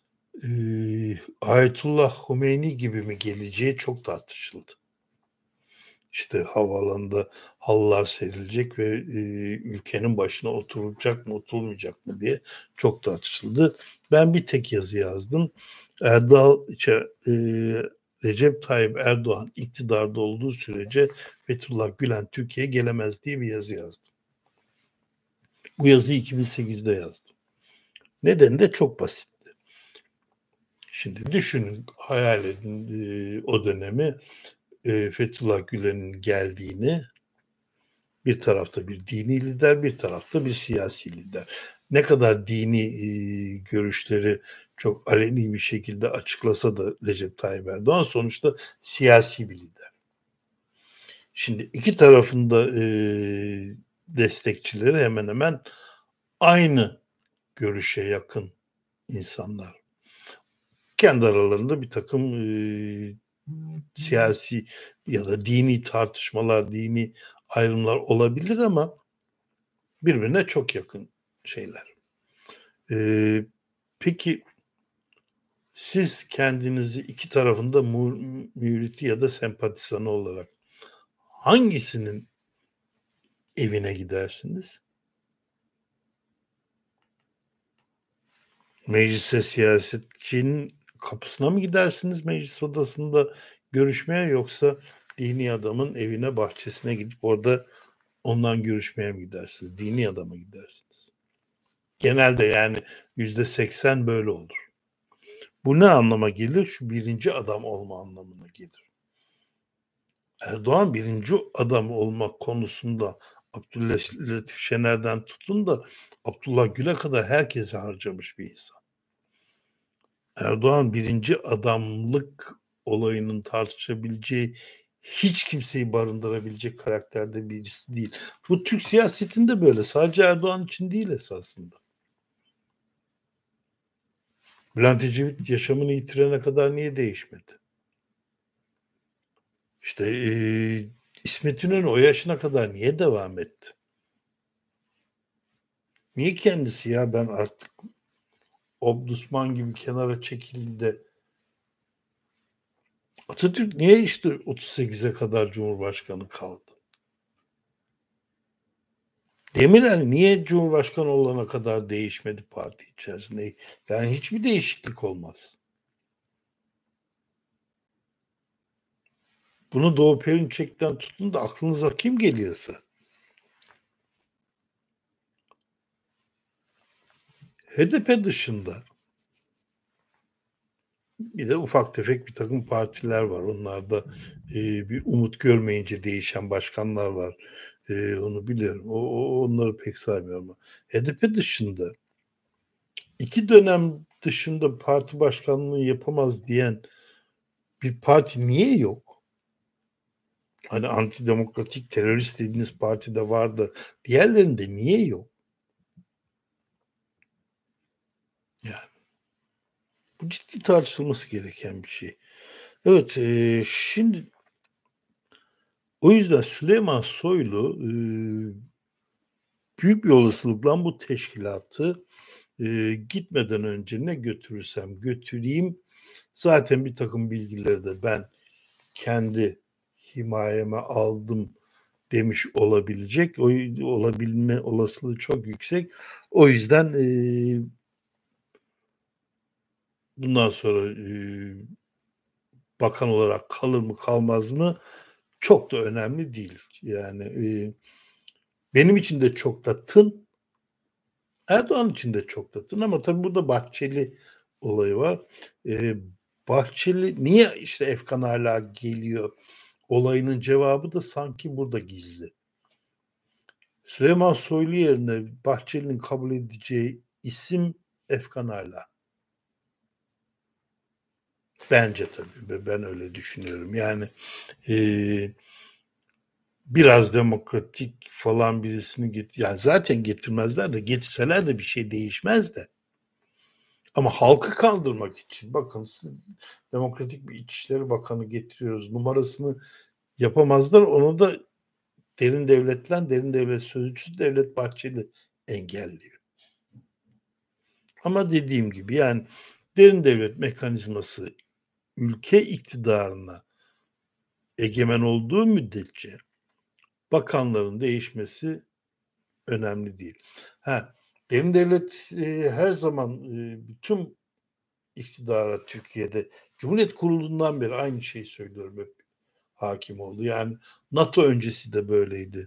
Ayetullah Humeyni gibi mi geleceği çok tartışıldı. İşte havaalanında halılar serilecek ve ülkenin başına oturulacak mı oturulmayacak mı diye çok tartışıldı. Ben bir tek yazı yazdım. Recep Tayyip Erdoğan iktidarda olduğu sürece Fethullah Gülen Türkiye'ye gelemez diye bir yazı yazdım. Bu yazıyı 2008'de yazdım. Nedeni de çok basitti. Şimdi düşünün, hayal edin o dönemi Fethullah Gülen'in geldiğini, bir tarafta bir dini lider, bir tarafta bir siyasi lider. Ne kadar dini görüşleri çok aleni bir şekilde açıklasa da Recep Tayyip Erdoğan sonuçta siyasi bir lider. Şimdi iki tarafında destekçileri hemen hemen aynı görüşe yakın insanlar. Kendi aralarında bir takım siyasi ya da dini tartışmalar, dini ayrımlar olabilir ama birbirine çok yakın şeyler. Peki siz kendinizi iki tarafında müriti ya da sempatisanı olarak hangisinin evine gidersiniz? Meclise siyasetçinin kapısına mı gidersiniz meclis odasında görüşmeye yoksa dini adamın evine, bahçesine gidip orada Ondan görüşmeye mi gidersiniz? Dini adama gidersiniz. Genelde yani %80 böyle olur. Bu ne anlama gelir? Şu birinci adam olma anlamına gelir. Erdoğan birinci adam olmak konusunda Abdülatif Şener'den tutun da Abdullah Gül'e kadar herkese harcamış bir insan. Erdoğan birinci adamlık olayının tartışabileceği, hiç kimseyi barındırabilecek karakterde birisi değil. Bu Türk siyasetinde böyle. Sadece Erdoğan için değil esasında. Bülent Ecevit yaşamını yitirene kadar niye değişmedi? İşte İsmet İnönü o yaşına kadar niye devam etti? Niye kendisi ya ben artık Omdurman gibi kenara çekildi de Atatürk niye işte 38'e kadar Cumhurbaşkanı kaldı? Demirel niye Cumhurbaşkanı olana kadar değişmedi parti içerisinde? Yani hiçbir değişiklik olmaz. Bunu Doğu Perinçek'ten tutun da aklınıza kim geliyorsa. HDP dışında bir de ufak tefek bir takım partiler var. Onlarda bir umut görmeyince değişen başkanlar var. Onu biliyorum. Onları pek saymıyorum. Ama HDP dışında 2 dönem dışında parti başkanlığı yapamaz diyen bir parti niye yok? Hani antidemokratik terörist dediğiniz partide vardı. Diğerlerinde niye yok? Yani bu ciddi tartışılması gereken bir şey. Evet, şimdi o yüzden Süleyman Soylu büyük bir olasılıkla bu teşkilatı gitmeden önce ne götürürsem götüreyim zaten bir takım bilgileri de ben kendi himayeme aldım demiş olabilecek. O olabilme olasılığı çok yüksek. O yüzden bundan sonra bakan olarak kalır mı kalmaz mı çok da önemli değil. Yani benim için de çok da tın, Erdoğan için de çok da tın ama tabii burada Bahçeli olayı var. E, Bahçeli niye işte Efkan hala geliyor olayının cevabı da sanki burada gizli. Süleyman Soylu yerine Bahçeli'nin kabul edeceği isim Efkan Ala. Bence tabii. Ben öyle düşünüyorum. Yani e, biraz demokratik falan birisini yani zaten getirmezler de getirseler de bir şey değişmez de. Ama halkı kandırmak için bakın demokratik bir İçişleri Bakanı getiriyoruz numarasını yapamazlar. Onu da derin devlet sözcüsü Devlet Bahçeli engelliyor. Ama dediğim gibi yani derin devlet mekanizması ülke iktidarına egemen olduğu müddetçe bakanların değişmesi önemli değil. Derin devlet her zaman bütün iktidara Türkiye'de Cumhuriyet kurulundan beri aynı şeyi söylüyorum hep hakim oldu. Yani NATO öncesi de böyleydi.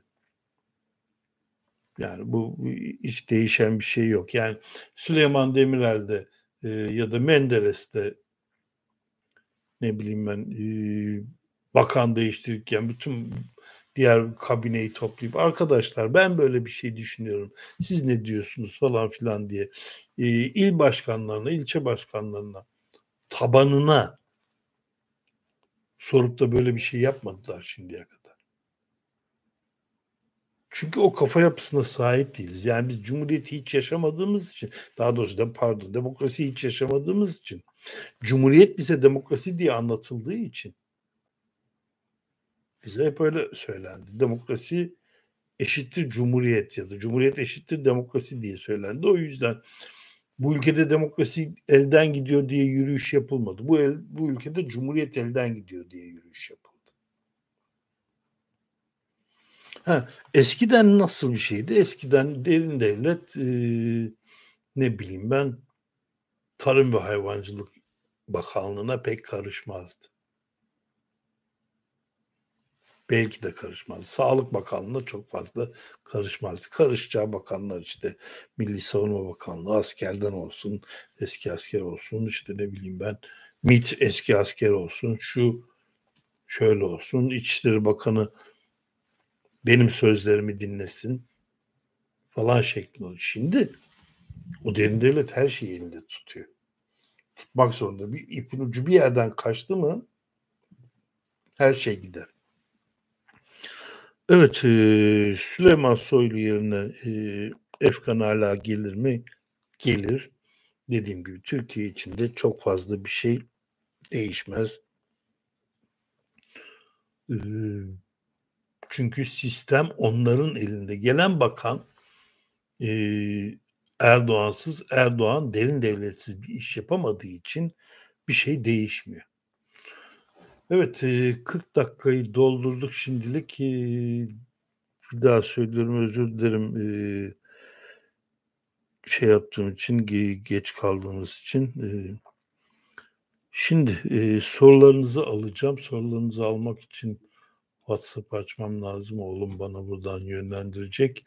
Yani bu hiç değişen bir şey yok. Yani Süleyman Demirel'de ya da Menderes'te ne bileyim ben bakan değiştirirken bütün diğer kabineyi toplayıp arkadaşlar ben böyle bir şey düşünüyorum. Siz ne diyorsunuz falan filan diye il başkanlarına, ilçe başkanlarına tabanına sorup da böyle bir şey yapmadılar şimdiye kadar. Çünkü o kafa yapısına sahip değiliz. Yani biz Cumhuriyeti hiç yaşamadığımız için, daha doğrusu demokrasiyi hiç yaşamadığımız için, Cumhuriyet bize demokrasi diye anlatıldığı için bize hep öyle söylendi. Demokrasi eşittir cumhuriyet ya da cumhuriyet eşittir demokrasi diye söylendi. O yüzden bu ülkede demokrasi elden gidiyor diye yürüyüş yapılmadı. Bu ülkede cumhuriyet elden gidiyor diye yürüyüş yapıldı. Eskiden nasıl bir şeydi? Eskiden derin devlet ne bileyim ben Tarım ve Hayvancılık Bakanlığı'na pek karışmazdı. Belki de karışmaz. Sağlık Bakanlığı'na çok fazla karışmazdı. Karışacağı bakanlar işte Milli Savunma Bakanlığı, askerden olsun, eski asker olsun, işte ne bileyim ben, MİT eski asker olsun, şu şöyle olsun, İçişleri Bakanı benim sözlerimi dinlesin falan şeklinde. Şimdi o derin devlet her şeyi elinde tutuyor. Tutmak zorunda. Bir ipin ucu bir yerden kaçtı mı her şey gider. Evet, Süleyman Soylu yerine Efkan Ala gelir mi? Gelir. Dediğim gibi Türkiye içinde çok fazla bir şey değişmez. Çünkü sistem onların elinde. Gelen bakan Erdoğansız, Erdoğan derin devletsiz bir iş yapamadığı için bir şey değişmiyor. Evet, 40 dakikayı doldurduk şimdilik. Bir daha söylüyorum, özür dilerim şey yaptığım için, geç kaldığımız için. Şimdi sorularınızı alacağım. Sorularınızı almak için WhatsApp açmam lazım. Oğlum bana buradan yönlendirecek.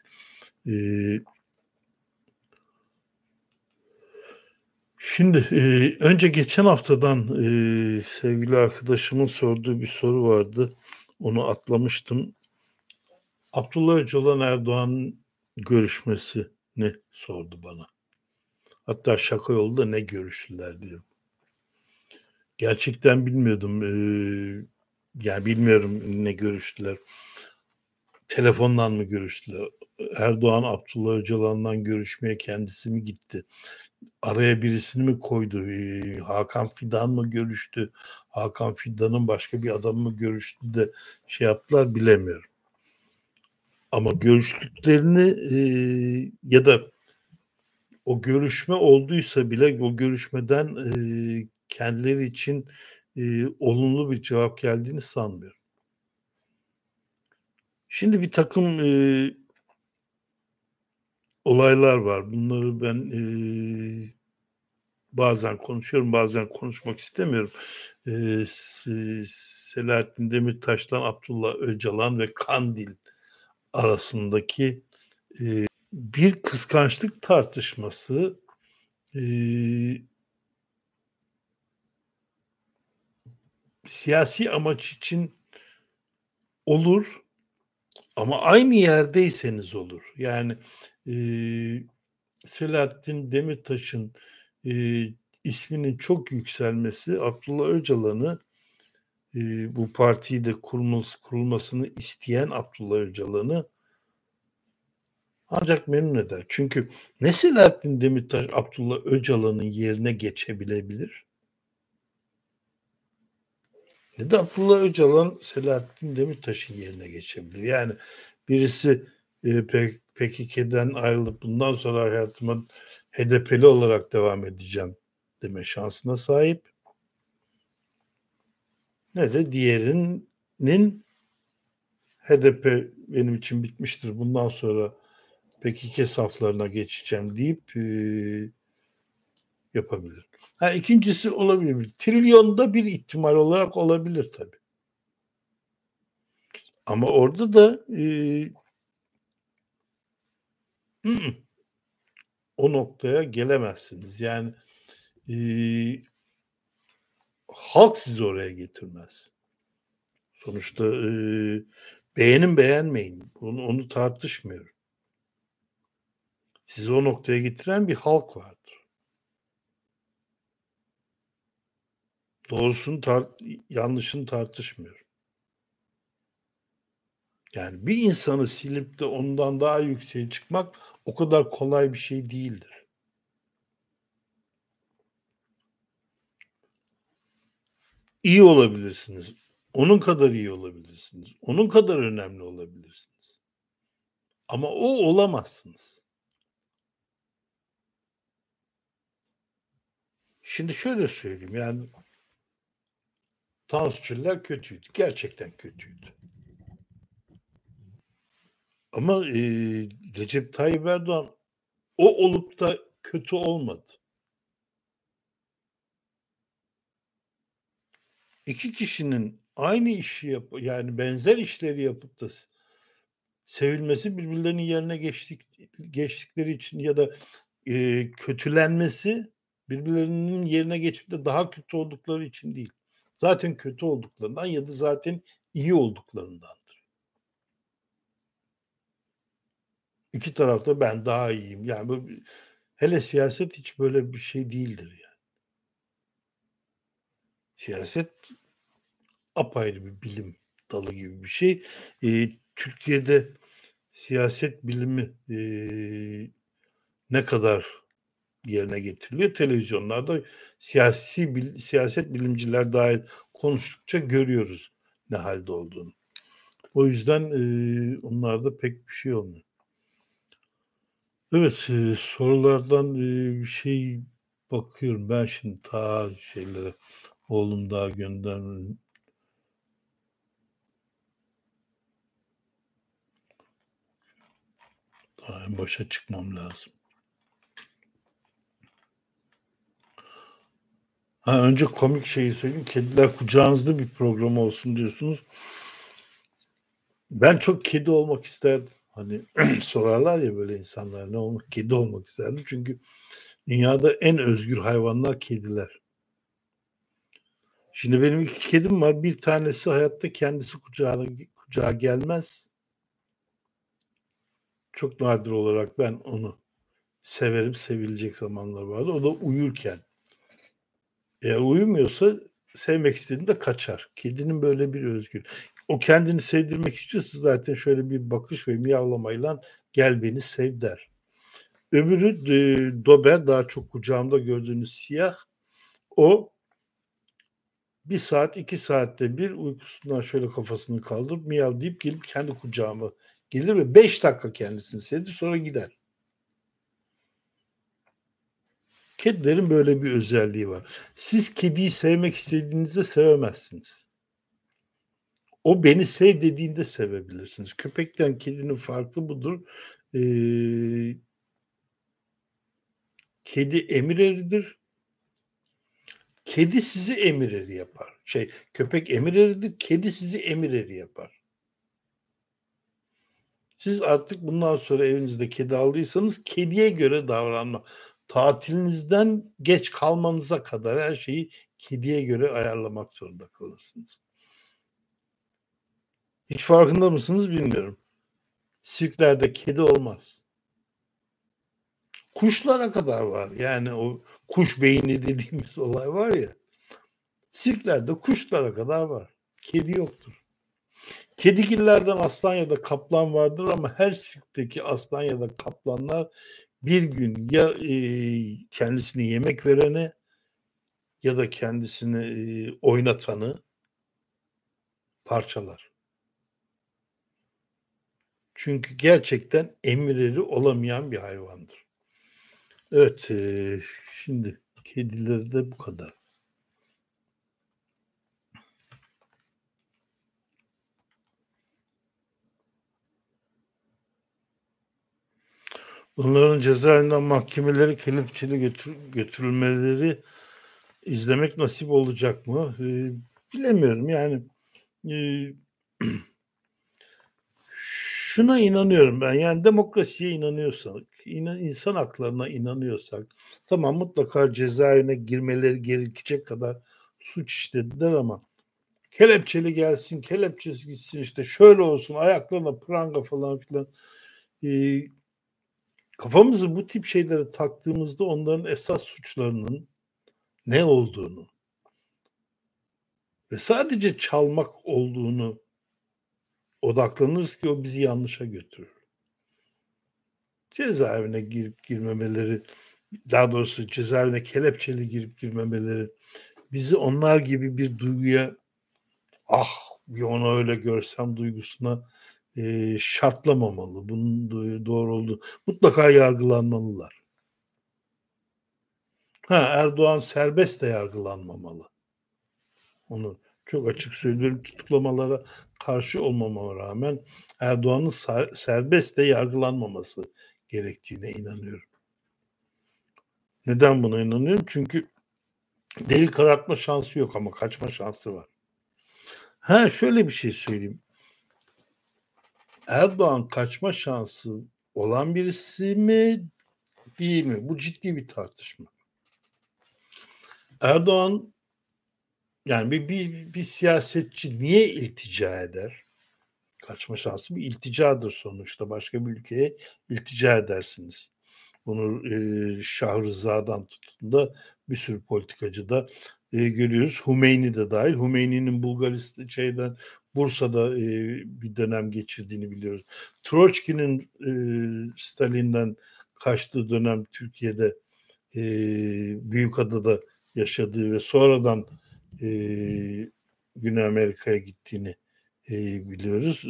Şimdi önce geçen haftadan sevgili arkadaşımın sorduğu bir soru vardı. Onu atlamıştım. Abdullah Öcalan Erdoğan görüşmesini sordu bana. Hatta şaka yolda ne görüştüler diyor. Gerçekten bilmiyordum. Yani bilmiyorum ne görüştüler. Telefondan mı görüştüler? Erdoğan Abdullah Öcalan'dan görüşmeye kendisi mi gitti? Araya birisini mi koydu? Hakan Fidan mı görüştü? Hakan Fidan'ın başka bir adam mı görüştü de şey yaptılar bilemiyorum. Ama görüştüklerini ya da o görüşme olduysa bile o görüşmeden kendileri için olumlu bir cevap geldiğini sanmıyorum. Şimdi bir takım olaylar var. Bunları ben bazen konuşuyorum, bazen konuşmak istemiyorum. Selahattin Demirtaş'tan Abdullah Öcalan ve Kandil arasındaki bir kıskançlık tartışması siyasi amaç için olur ama aynı yerdeyseniz olur. Yani Selahattin Demirtaş'ın isminin çok yükselmesi Abdullah Öcalan'ı bu partiyi de kurulmasını isteyen Abdullah Öcalan'ı ancak memnun eder. Çünkü ne Selahattin Demirtaş Abdullah Öcalan'ın yerine geçebilebilir ne de Abdullah Öcalan Selahattin Demirtaş'ın yerine geçebilir. Yani birisi PKK'den ayrılıp bundan sonra hayatıma HDP'li olarak devam edeceğim deme şansına sahip. Ne de diğerinin HDP benim için bitmiştir. Bundan sonra PKK saflarına geçeceğim deyip yapabilir. Ha, ikincisi olabilir. Trilyonda bir ihtimal olarak olabilir tabii. Ama orada da o noktaya gelemezsiniz. Yani halk sizi oraya getirmez. Sonuçta beğenin beğenmeyin. Onu tartışmıyorum. Sizi o noktaya getiren bir halk vardır. Doğrusunu yanlışını tartışmıyorum. Yani bir insanı silip de ondan daha yükseğe çıkmak o kadar kolay bir şey değildir. İyi olabilirsiniz. Onun kadar iyi olabilirsiniz. Onun kadar önemli olabilirsiniz. Ama o olamazsınız. Şimdi şöyle söyleyeyim, yani Tansu Çiller kötüydü. Gerçekten kötüydü. Ama Recep Tayyip Erdoğan o olup da kötü olmadı. İki kişinin aynı işi yani benzer işleri yapıp da sevilmesi birbirlerinin yerine geçtikleri için ya da, kötülenmesi birbirlerinin yerine geçip de daha kötü oldukları için değil. Zaten kötü olduklarından ya da zaten iyi olduklarındandır. İki taraf da ben daha iyiyim. Yani, hele siyaset hiç böyle bir şey değildir yani. Siyaset apayrı bir bilim dalı gibi bir şey. Türkiye'de siyaset bilimi, ne kadar yerine getiriliyor? Televizyonlarda siyaset bilimciler dâhil konuştukça görüyoruz ne hâlde olduğunu. O yüzden, onlarda pek bir şey olmuyor. Evet, sorulardan, bir şey bakıyorum ben şimdi şeylere, oğlum daha göndermedi. Daha en başa çıkmam lazım. Ha, önce komik şeyi söyleyeyim. Kediler kucağınızda bir program olsun diyorsunuz. Ben çok kedi olmak isterdim. Hani sorarlar ya böyle insanlar ne olmak? Kedi olmak isterdim. Çünkü dünyada en özgür hayvanlar kediler. Şimdi benim 2 kedim var. Bir tanesi hayatta kendisi kucağa gelmez. Çok nadir olarak ben onu severim. Sevilecek zamanlar vardı. O da uyurken. Eğer uyumuyorsa sevmek istediğinde kaçar. Kedinin böyle bir o kendini sevdirmek istiyorsa zaten şöyle bir bakış ve miyavlamayla "Gel beni sev." der. Öbürü, Dober, daha çok kucağımda gördüğünüz siyah. O 1 saat, 2 saatte bir uykusundan şöyle kafasını kaldırıp miyav deyip gelip kendi kucağıma gelir ve 5 dakika kendisini sevdir, sonra gider. Kedilerin böyle bir özelliği var. Siz kediyi sevmek istediğinizde sevemezsiniz. O beni sev dediğinde sevebilirsiniz. Köpekten kedinin farkı budur. Eee, Kedi emir eridir. Kedi sizi emir eri yapar. Köpek emir eridir, kedi sizi emir eri yapar. Siz artık bundan sonra evinizde kedi aldıysanız kediye göre tatilinizden geç kalmanıza kadar her şeyi kediye göre ayarlamak zorunda kalırsınız. Hiç farkında mısınız bilmiyorum. Sirklerde kedi olmaz. Kuşlara kadar var. Yani o kuş beyni dediğimiz olay var ya, sirklerde kuşlara kadar var. Kedi yoktur. Kedigillerden aslan ya da kaplan vardır ama her sirkteki aslan ya da kaplanlar bir gün ya, kendisine yemek vereni ya da kendisini, oynatanı parçalar. Çünkü gerçekten emir eri olamayan bir hayvandır. Evet, şimdi kedileri de bu kadar. Onların cezaevinden mahkemeleri kelepçeli götürülmeleri izlemek nasip olacak mı? Bilemiyorum yani, eee, şuna inanıyorum ben, yani demokrasiye inanıyorsak, insan haklarına inanıyorsak, tamam mutlaka cezaevine girmeleri gerekecek kadar suç işlediler ama kelepçeli gelsin, kelepçesiz gitsin, işte şöyle olsun, ayaklarına pranga falan filan. Eee, Kafamızı bu tip şeylere taktığımızda onların esas suçlarının ne olduğunu ve sadece çalmak olduğunu odaklanırız ki o bizi yanlışa götürür. Cezaevine girip girmemeleri, daha doğrusu cezaevine kelepçeli girip girmemeleri bizi onlar gibi bir duyguya, "Ah, bir onu öyle görsem." duygusuna, şartlamamalı. Bunun doğru olduğu mutlaka yargılanmalılar. Erdoğan serbest de yargılanmamalı. Onu çok açık söylüyorum. Tutuklamalara karşı olmamama rağmen Erdoğan'ın serbest de yargılanmaması gerektiğine inanıyorum. Neden buna inanıyorum? Çünkü delil karartma şansı yok ama kaçma şansı var. Şöyle bir şey söyleyeyim. Erdoğan kaçma şansı olan birisi mi, değil mi? Bu ciddi bir tartışma. Erdoğan, yani bir siyasetçi niye iltica eder? Kaçma şansı bir ilticadır sonuçta. Başka bir ülkeye iltica edersiniz. Bunu Şah Rıza'dan tutun da bir sürü politikacıda görüyoruz. Hümeyni de dahil. Hümeyni'nin Bursa'da bir dönem geçirdiğini biliyoruz. Troçki'nin Stalin'den kaçtığı dönem Türkiye'de Büyükada'da yaşadığı ve sonradan e, Güney Amerika'ya gittiğini biliyoruz.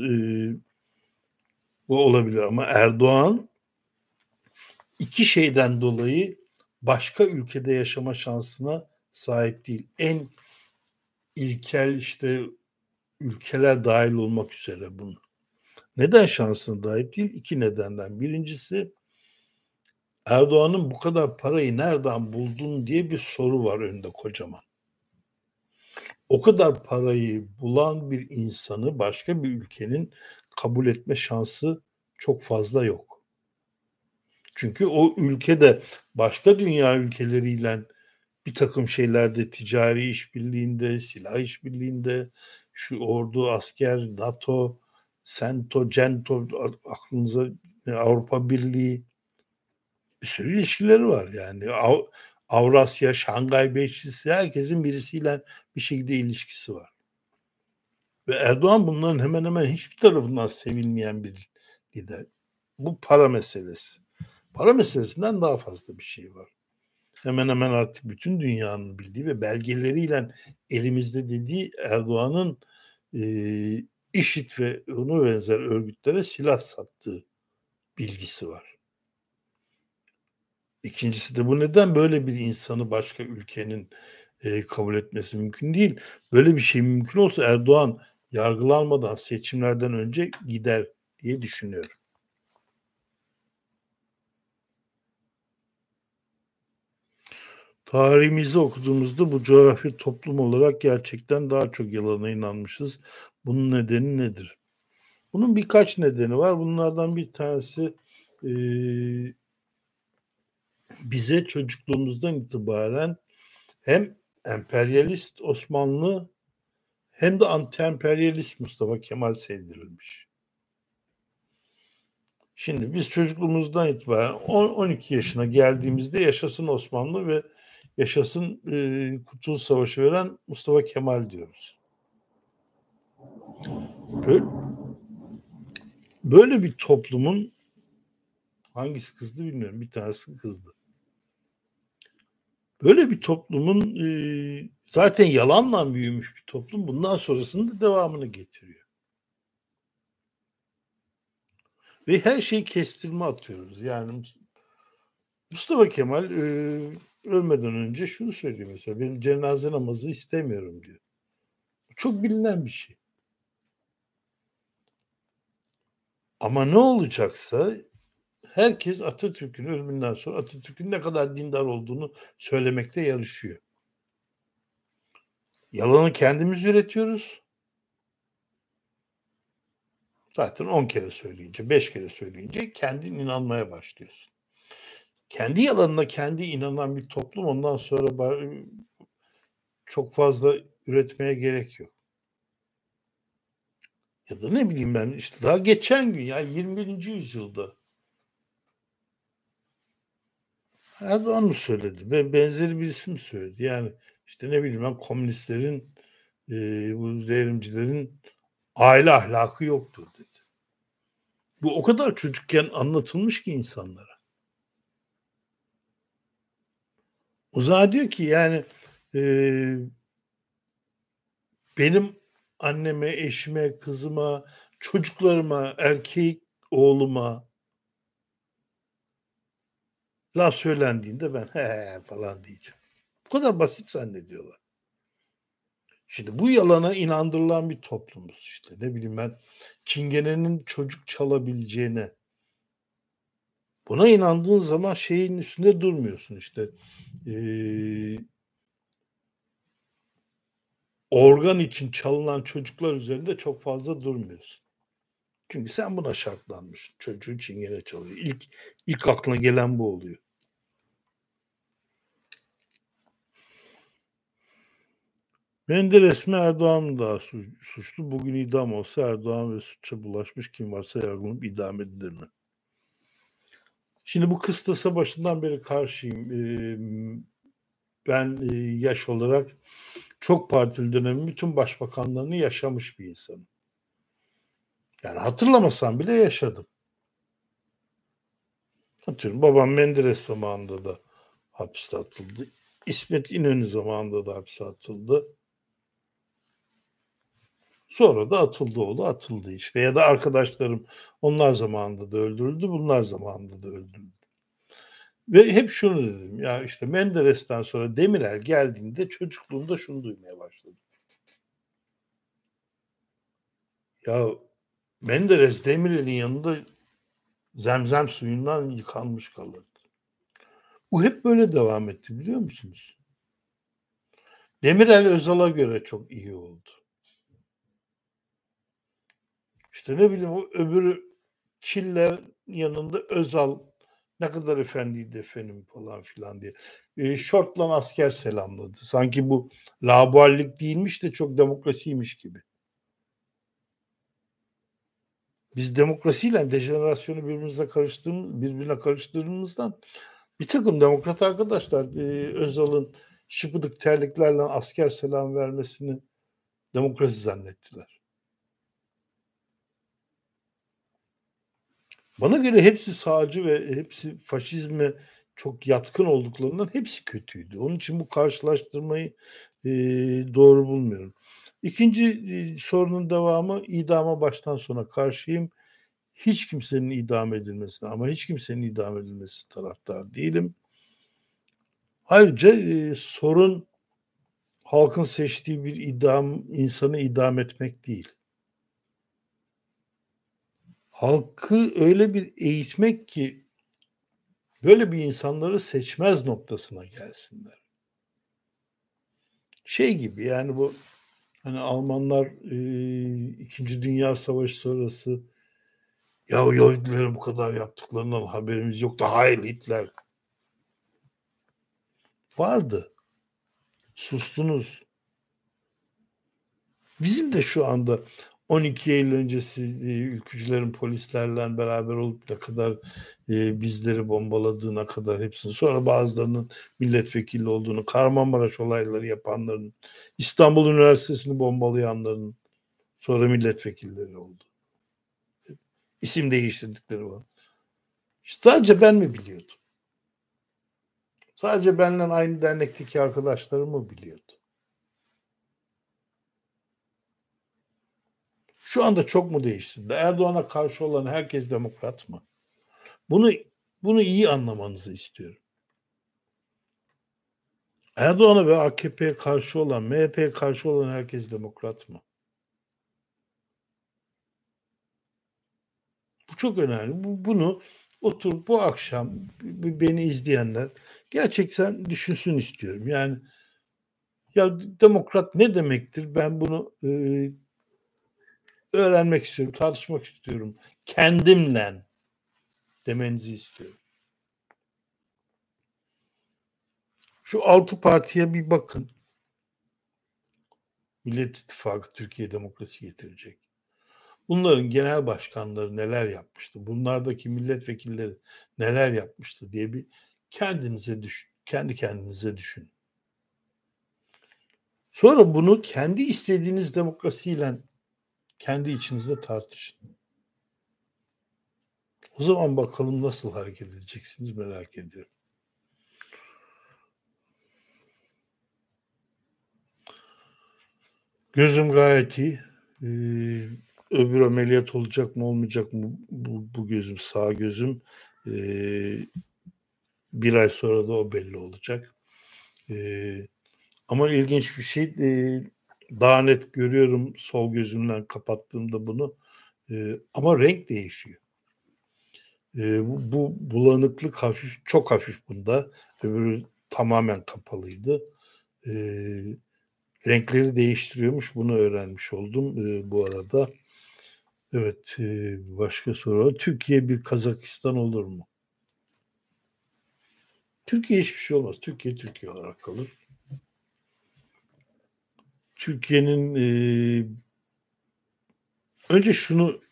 Bu olabilir ama Erdoğan iki şeyden dolayı başka ülkede yaşama şansına sahip değil. En ilkel ülkeler dahil olmak üzere bunu. Neden şansına sahip değil? İki nedenden. Birincisi, Erdoğan'ın bu kadar parayı nereden buldun diye bir soru var önünde kocaman. O kadar parayı bulan bir insanı başka bir ülkenin kabul etme şansı çok fazla yok. Çünkü o ülkede başka dünya ülkeleriyle bir takım şeylerde ticari işbirliğinde, silah işbirliğinde, şu ordu, asker, NATO, Sento, Cento, aklınıza Avrupa Birliği, bir sürü ilişkileri var yani. Avrasya, Şangay Beşlisi, herkesin birisiyle bir şekilde ilişkisi var. Ve Erdoğan bunların hemen hemen hiçbir tarafından sevilmeyen bir lider. Bu para meselesi. Para meselesinden daha fazla bir şey var. Hemen hemen artık bütün dünyanın bildiği ve belgeleriyle elimizde dediği Erdoğan'ın e, IŞİD ve ona benzer örgütlere silah sattığı bilgisi var. İkincisi de bu neden böyle bir insanı başka ülkenin kabul etmesi mümkün değil. Böyle bir şey mümkün olsa Erdoğan yargılanmadan seçimlerden önce gider diye düşünüyorum. Tarihimizi okuduğumuzda bu coğrafi toplum olarak gerçekten daha çok yalana inanmışız. Bunun nedeni nedir? Bunun birkaç nedeni var. Bunlardan bir tanesi bize çocukluğumuzdan itibaren hem emperyalist Osmanlı hem de anti-emperyalist Mustafa Kemal sevdirilmiş. Şimdi biz çocukluğumuzdan itibaren 10-12 yaşına geldiğimizde yaşasın Osmanlı ve yaşasın Kurtuluş Savaşı veren Mustafa Kemal diyoruz. Böyle, böyle bir toplumun hangisi kızdı bilmiyorum. Bir tanesi kızdı. Böyle bir toplumun zaten yalanla büyümüş bir toplum bundan sonrasında devamını getiriyor. Ve her şeyi kestirme atıyoruz. Yani Mustafa Kemal ölmeden önce şunu söylüyor mesela. Benim cenaze namazı istemiyorum diyor. Çok bilinen bir şey. Ama ne olacaksa herkes Atatürk'ün ölümünden sonra Atatürk'ün ne kadar dindar olduğunu söylemekte yarışıyor. Yalanı kendimiz üretiyoruz. Zaten 10 kere söyleyince, 5 kere söyleyince kendin inanmaya başlıyorsun. Kendi yalanına kendi inanan bir toplum ondan sonra çok fazla üretmeye gerek yok. Ya da ne bileyim ben işte daha geçen gün ya 21. yüzyılda Erdoğan mı söyledi? Benzeri birisi mi söyledi? Yani işte ne bileyim ben komünistlerin bu devrimcilerin aile ahlakı yoktur dedi. Bu o kadar çocukken anlatılmış ki insanlara. O diyor ki yani eee, benim anneme, eşime, kızıma, çocuklarıma, erkek oğluma laf söylendiğinde ben he falan diyeceğim. Bu kadar basit zannediyorlar. Şimdi bu yalana inandırılan bir toplumuz işte. Ne bileyim ben çingenenin çocuk çalabileceğine. Buna inandığın zaman şeyin üstünde durmuyorsun işte. Eee organ için çalınan çocuklar üzerinde çok fazla durmuyorsun. Çünkü sen buna şartlanmışsın. Çocuğu çingene çalıyor. İlk aklına gelen bu oluyor. Menderes mi Erdoğan mı daha suçlu? Bugün idam olsa Erdoğan ve suça bulaşmış kim varsa yargılanıp idam edilir mi? Şimdi bu kıstasa başından beri karşıyım. Ben yaş olarak çok partili dönemin bütün başbakanlarını yaşamış bir insanım. Yani hatırlamasam bile yaşadım. Atıyorum babam Menderes zamanında da hapiste atıldı. İsmet İnönü zamanında da hapse atıldı. Sonra da atıldı oğlu atıldı işte. Ya da arkadaşlarım onlar zamanında da öldürüldü, bunlar zamanında da öldürüldü. Ve hep şunu dedim ya işte Menderes'ten sonra Demirel geldiğinde çocukluğumda şunu duymaya başladım. Ya Menderes Demirel'in yanında zemzem suyundan yıkanmış kalırdı. Bu hep böyle devam etti biliyor musunuz? Demirel Özal'a göre çok iyi oldu. İşte ne bileyim o öbürü Çiller yanında Özal ne kadar efendiydi efendim falan filan diye. Şortlan asker selamladı. Sanki bu laubalilik değilmiş de çok demokrasiymiş gibi. Biz demokrasiyle dejenerasyonu birbirine karıştırdığımızdan bir takım demokrat arkadaşlar Özal'ın şıpıdık terliklerle asker selam vermesini demokrasi zannettiler. Bana göre hepsi sağcı ve hepsi faşizme çok yatkın olduklarından hepsi kötüydü. Onun için bu karşılaştırmayı doğru bulmuyorum. İkinci sorunun devamı idama baştan sona karşıyım. Hiç kimsenin idam edilmesine ama hiç kimsenin idam edilmesi taraftar değilim. Ayrıca sorun halkın seçtiği bir insanı idam etmek değil. Halkı öyle bir eğitmek ki böyle bir insanları seçmez noktasına gelsinler. Şey gibi yani bu hani Almanlar 2. Dünya Savaşı sonrası ya Yahudilere bu kadar yaptıklarından haberimiz yoktu. Hayır Hitler vardı. Sustunuz. Bizim de şu anda 12 Eylül öncesi ülkücülerin polislerle beraber olup ne kadar bizleri bombaladığına kadar hepsini sonra bazılarının milletvekili olduğunu, Kahramanmaraş olayları yapanların, İstanbul Üniversitesi'ni bombalayanların sonra milletvekilleri oldu. İsim değiştirdikleri var. Sadece ben mi biliyordum? Sadece benimle aynı dernekteki arkadaşlarım mı biliyordu? Şu anda çok mu değişti? Erdoğan'a karşı olan herkes demokrat mı? Bunu bunu iyi anlamanızı istiyorum. Erdoğan'a ve AKP'ye karşı olan, MHP'ye karşı olan herkes demokrat mı? Bu çok önemli. Bunu oturup bu akşam beni izleyenler gerçekten düşünsün istiyorum. Yani ya demokrat ne demektir? Ben bunu öğrenmek istiyorum, tartışmak istiyorum. Kendimle demenizi istiyorum. Şu 6 partiye bir bakın. Millet İttifakı Türkiye demokrasi getirecek. Bunların genel başkanları neler yapmıştı? Bunlardaki milletvekilleri neler yapmıştı diye bir kendi kendinize düşün. Sonra bunu kendi istediğiniz demokrasiyle kendi içinizde tartışın. O zaman bakalım nasıl hareket edeceksiniz merak ediyorum. Gözüm gayet iyi. Öbür ameliyat olacak mı olmayacak mı bu gözüm sağ gözüm. Bir ay sonra da o belli olacak. Ama ilginç bir şey daha net görüyorum sol gözümden kapattığımda bunu ama renk değişiyor. Bu bulanıklık çok hafif bunda. Öbürü tamamen kapalıydı. renkleri değiştiriyormuş. Bunu öğrenmiş oldum bu arada. Evet, başka soru. Türkiye bir Kazakistan olur mu? Türkiye hiçbir şey olmaz. Türkiye Türkiye olarak kalır. Türkiye'nin önce şunu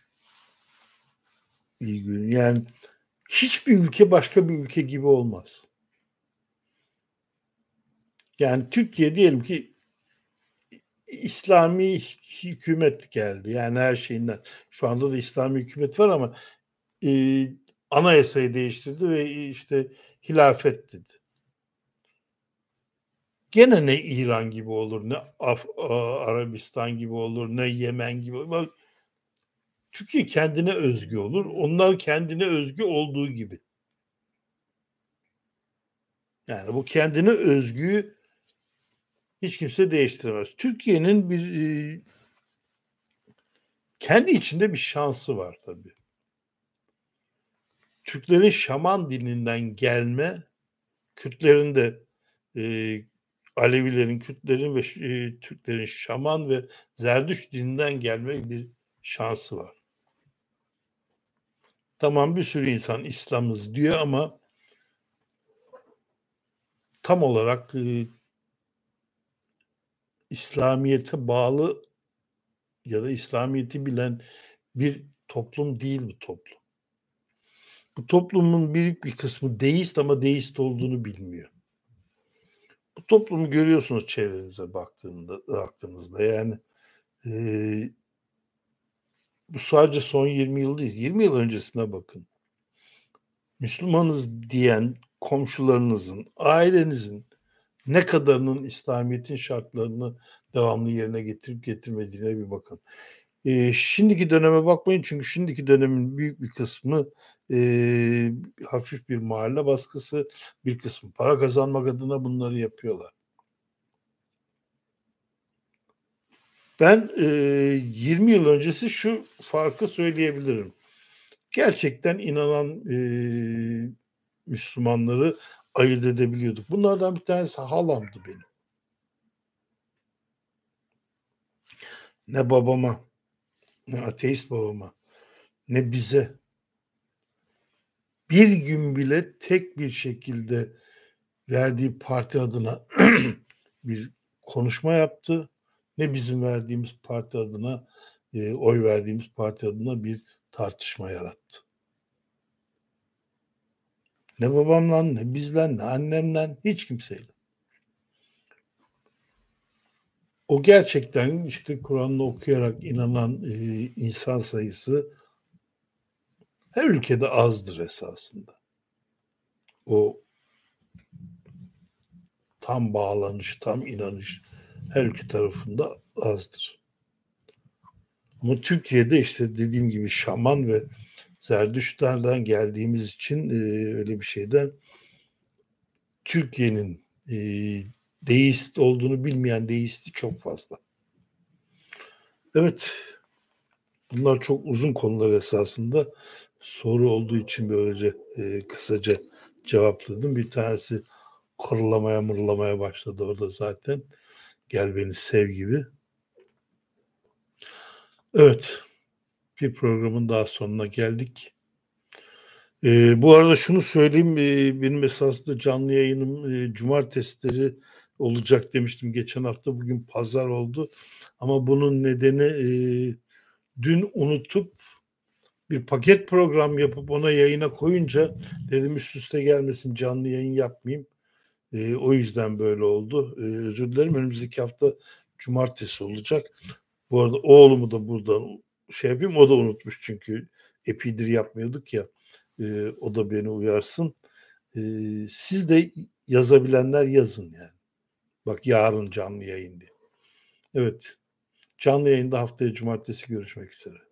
iyi görün. Yani hiçbir ülke başka bir ülke gibi olmaz. Yani Türkiye diyelim ki İslami hükümet geldi. Yani her şeyinden. Şu anda da İslami hükümet var ama anayasayı değiştirdi ve işte hilafet dedi. Gene ne İran gibi olur, ne Arabistan gibi olur, ne Yemen gibi olur. Türkiye kendine özgü olur. Onlar kendine özgü olduğu gibi. Yani bu kendine özgüyü hiç kimse değiştiremez. Türkiye'nin bir kendi içinde bir şansı var tabii. Türklerin Şaman dininden gelme, Kürtlerin de Alevilerin, Kürtlerin ve Türklerin Şaman ve Zerdüşt dininden gelme bir şansı var. Tamam, bir sürü insan İslam'ız diyor ama tam olarak İslamiyet'e bağlı ya da İslamiyet'i bilen bir toplum değil bu toplum. Bu toplumun büyük bir kısmı deist ama deist olduğunu bilmiyor. Bu toplumu görüyorsunuz çevrenize baktığınızda. Yani bu sadece son 20 yıl değil, 20 yıl öncesine bakın. Müslümanız diyen komşularınızın, ailenizin ne kadarının İslamiyet'in şartlarını devamlı yerine getirip getirmediğine bir bakın. Şimdiki döneme bakmayın çünkü şimdiki dönemin büyük bir kısmı hafif bir mahalle baskısı, bir kısmı para kazanmak adına bunları yapıyorlar. Ben 20 yıl öncesi şu farkı söyleyebilirim. Gerçekten inanan Müslümanları ayırt edebiliyorduk. Bunlardan bir tanesi halamdı benim. Ne babama, ne ateist babama, ne bize bir gün bile tek bir şekilde verdiği parti adına bir konuşma yaptı. Ne bizim verdiğimiz parti adına, oy verdiğimiz parti adına bir tartışma yarattı. Ne babamla, ne bizle, ne annemle, hiç kimseyle. O gerçekten işte Kur'an'ı okuyarak inanan insan sayısı her ülkede azdır esasında. O tam bağlanış, tam inanış her ülke tarafında azdır. Ama Türkiye'de işte dediğim gibi Şaman ve Zerdüştlerden geldiğimiz için öyle bir şeyden Türkiye'nin deist olduğunu bilmeyen deisti çok fazla. Evet, bunlar çok uzun konular esasında. Soru olduğu için böylece kısaca cevapladım. Bir tanesi kırılamaya mırlamaya başladı orada zaten. Gel beni sev gibi. Evet, bir programın daha sonuna geldik. Bu arada şunu söyleyeyim, benim esasında canlı yayınım cumartesileri olacak demiştim geçen hafta. Bugün pazar oldu. Ama bunun nedeni dün unutup bir paket program yapıp ona yayına koyunca dedim üst üste gelmesin, canlı yayın yapmayayım. O yüzden böyle oldu. Özür dilerim. Önümüzdeki hafta cumartesi olacak. Bu arada oğlumu da buradan şey yapayım. O da unutmuş çünkü epeydir yapmıyorduk ya. O da beni uyarsın. Siz de yazabilenler yazın yani. Bak yarın canlı yayın diye. Evet. Canlı yayında haftaya cumartesi görüşmek üzere.